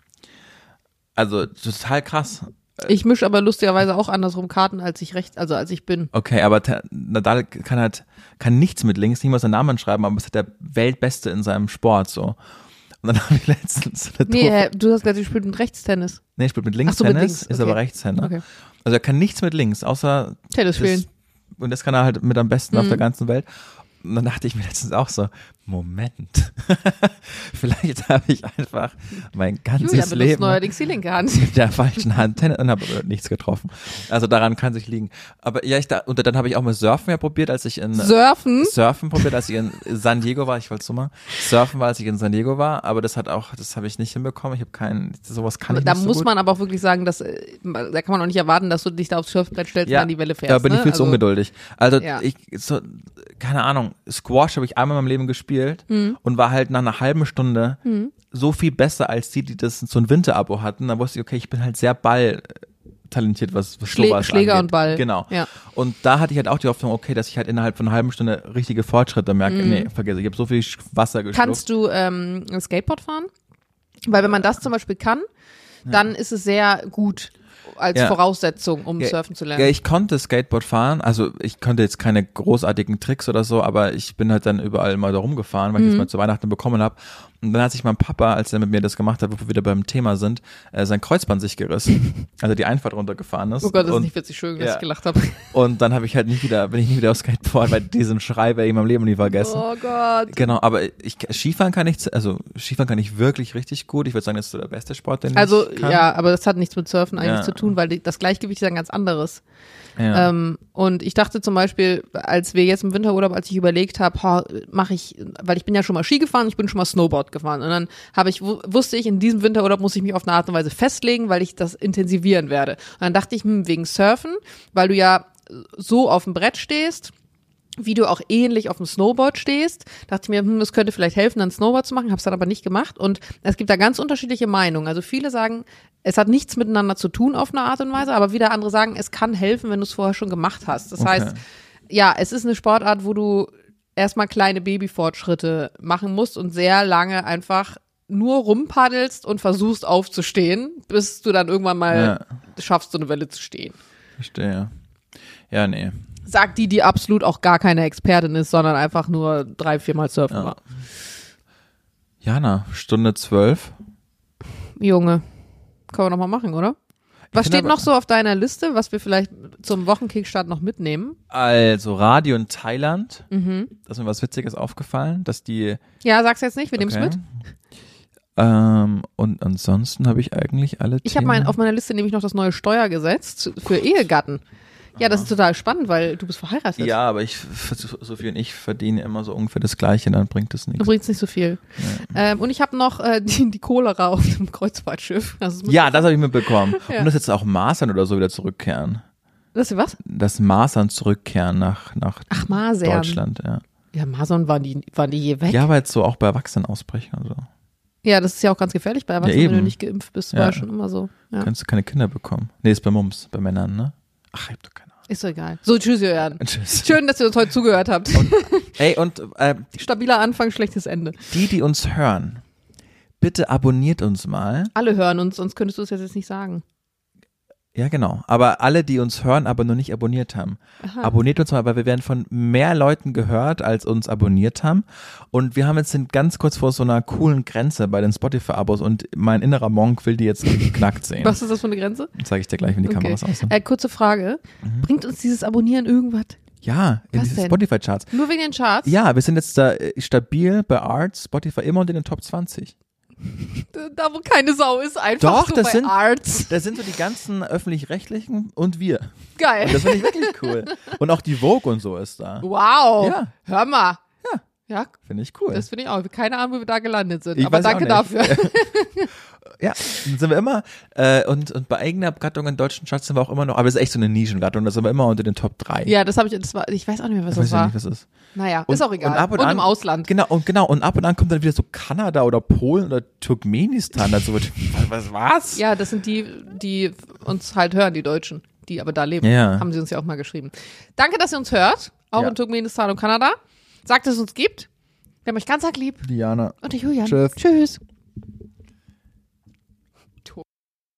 Also total krass. Ich mische aber lustigerweise auch andersrum Karten, als ich recht, also als ich bin. Okay, aber ta- Nadal kann halt kann nichts mit links, nicht mal seinen Namen schreiben, aber ist halt der Weltbeste in seinem Sport so. Und dann habe ich letztens eine Nee, äh, du hast gesagt, du spielst mit Rechtstennis. Nee, ich spielt mit links so, Tennis, mit links. ist Okay. aber Rechtshänder. Okay. Also er kann nichts mit links, außer Tennis spielen. Das, und das kann er halt mit am besten mhm. auf der ganzen Welt. Und dann dachte ich mir letztens auch so, Moment, vielleicht habe ich einfach mein ganzes Julia benutzt Leben neuerdings die linke Hand. mit der falschen Hand Tennis und habe nichts getroffen. Also daran kann sich liegen. Aber ja, ich da, und dann habe ich auch mal Surfen ja probiert, als ich in Surfen? Surfen probiert, als ich in San Diego war. Ich wollte es mal. Surfen war, als ich in San Diego war, aber das hat auch, das habe ich nicht hinbekommen. Ich habe keinen, sowas kann ich da nicht so muss gut. man aber auch wirklich sagen, dass da kann man auch nicht erwarten, dass du dich da aufs Surfbrett stellst ja, und dann die Welle fährst. Da bin ich ne? viel also, zu ungeduldig. Also ja. ich so keine Ahnung, Squash habe ich einmal in meinem Leben gespielt mhm. und war halt nach einer halben Stunde mhm. so viel besser als die, die das so ein Winterabo hatten. Da wusste ich, okay, ich bin halt sehr balltalentiert, was, was Schlä- sowas Schläger angeht. und Ball. Genau. Ja. Und da hatte ich halt auch die Hoffnung, okay, dass ich halt innerhalb von einer halben Stunde richtige Fortschritte merke. Mhm. Nee, vergesse, ich habe so viel Wasser geschluckt. Kannst du ähm, Skateboard fahren? Weil wenn man das zum Beispiel kann, dann ist es sehr gut als ja. Voraussetzung, um ja, surfen zu lernen. Ja, ich konnte Skateboard fahren, also ich konnte jetzt keine großartigen Tricks oder so, aber ich bin halt dann überall mal da rumgefahren, weil mhm. ich das mal zu Weihnachten bekommen habe. Und dann hat sich mein Papa, als er mit mir das gemacht hat, wo wir wieder beim Thema sind, äh, sein Kreuzband sich gerissen, also die Einfahrt runtergefahren ist. Oh Gott, das und, ist nicht witzig, schön, dass ja. ich gelacht habe. Und dann habe ich halt nicht wieder, bin ich nie wieder auf Skateboard, weil diesen Schrei werde ich in meinem Leben nie vergessen. Oh Gott. Genau, aber ich Skifahren kann ich, also Skifahren kann ich wirklich richtig gut. Ich würde sagen, das ist so der beste Sport, den also, ich kann. ja, aber das hat nichts mit Surfen eigentlich ja. zu tun, weil die, das Gleichgewicht ist ein ganz anderes. Ja. Ähm, und ich dachte zum Beispiel, als wir jetzt im Winterurlaub, als ich überlegt habe, mache ich, weil ich bin ja schon mal Ski gefahren, ich bin schon mal Snowboard gefahren und dann habe ich, wusste ich, in diesem Winterurlaub muss ich mich auf eine Art und Weise festlegen, weil ich das intensivieren werde. Und dann dachte ich, hm, wegen Surfen, weil du ja so auf dem Brett stehst, wie du auch ähnlich auf dem Snowboard stehst, dachte ich mir, hm, das könnte vielleicht helfen, dann Snowboard zu machen, habe es dann aber nicht gemacht und es gibt da ganz unterschiedliche Meinungen. Also viele sagen, es hat nichts miteinander zu tun auf eine Art und Weise, aber wieder andere sagen, es kann helfen, wenn du es vorher schon gemacht hast. Das okay. heißt, ja, es ist eine Sportart, wo du erstmal kleine Babyfortschritte machen musst und sehr lange einfach nur rumpaddelst und versuchst aufzustehen, bis du dann irgendwann mal ja. schaffst, so eine Welle zu stehen. Verstehe. Ja, nee. Sagt die, die absolut auch gar keine Expertin ist, sondern einfach nur drei, viermal surfen ja. war. Jana, Stunde zwölf. Junge, können wir noch mal machen, oder? Was steht noch so auf deiner Liste, was wir vielleicht zum Wochenkickstart noch mitnehmen? Also Radio in Thailand. Mhm. Da ist mir was Witziges aufgefallen, dass die... Ja, sag's jetzt nicht, wir okay. nehmen es mit. Ähm, und ansonsten habe ich eigentlich alle Ich habe mein, auf meiner Liste nämlich noch das neue Steuergesetz für Ehegatten. Ja, das ist total spannend, weil du bist verheiratet. Ja, aber ich, Sophie und ich verdienen immer so ungefähr das Gleiche, dann bringt das nichts. Du bringst nicht so viel. Ja. Ähm, und ich habe noch äh, die, die Cholera auf dem Kreuzfahrtschiff. Das ja, das habe ich mitbekommen. Ja. Und dass jetzt auch Masern oder so wieder zurückkehren. Das ist was? Dass Masern zurückkehren nach, nach Ach, Masern. Deutschland, ja. Ja, Masern waren die, waren die je weg. Ja, aber jetzt so auch bei Erwachsenen ausbrechen und so. Ja, das ist ja auch ganz gefährlich bei Erwachsenen, ja, wenn du nicht geimpft bist. War ja. ja schon immer so. Ja. Kannst du keine Kinder bekommen. Nee, ist bei Mums, bei Männern, ne? Ach, ich hab doch keine Ahnung. Ist doch egal. So, tschüss, Jörn. Tschüss. Schön, dass ihr uns heute zugehört habt. Und, ey, und äh, stabiler Anfang, schlechtes Ende. Die, die uns hören, bitte abonniert uns mal. Alle hören uns, sonst könntest du es jetzt nicht sagen. Ja, genau. Aber alle, die uns hören, aber noch nicht abonniert haben, Aha. abonniert uns mal, weil wir werden von mehr Leuten gehört, als uns abonniert haben. Und wir haben jetzt sind ganz kurz vor so einer coolen Grenze bei den Spotify-Abos und mein innerer Monk will die jetzt geknackt sehen. Was ist das für eine Grenze? Das zeige ich dir gleich, wenn die okay. Kameras aus sind. Äh, kurze Frage. Mhm. Bringt uns dieses Abonnieren irgendwas? Ja, in diesen Spotify-Charts. Nur wegen den Charts? Ja, wir sind jetzt da stabil bei Arts, Spotify immer unter den Top zwanzig. Da, wo keine Sau ist, einfach Doch, so das bei sind, Arts. Das sind so die ganzen Öffentlich-Rechtlichen und wir. Geil. Und das finde ich wirklich cool. Und auch die Vogue und so ist da. Wow. Ja. Hör mal. Ja. Ja. Finde ich cool. Das finde ich auch. Keine Ahnung, wie wir da gelandet sind. Ich aber danke dafür. Ja, dann sind wir immer, äh, und, und bei eigener Gattung in deutschen Charts sind wir auch immer noch, aber es ist echt so eine Nischengattung, da sind wir immer unter den Top drei. Ja, das habe ich, das war, ich weiß auch nicht mehr, was das weiß war. Ich nicht, was das ist. Naja, und, ist auch egal. Und, ab und, und an, im Ausland. Genau, und genau, und ab und an kommt dann wieder so Kanada oder Polen oder Turkmenistan dazu. was, was, was? Ja, das sind die, die uns halt hören, die Deutschen, die aber da leben. Ja. Haben sie uns ja auch mal geschrieben. Danke, dass ihr uns hört, auch ja. in Turkmenistan und Kanada. Sagt, dass es uns gibt. Wir haben euch ganz arg lieb. Diana. Und ich, Julian. Tschüss. Tschüss.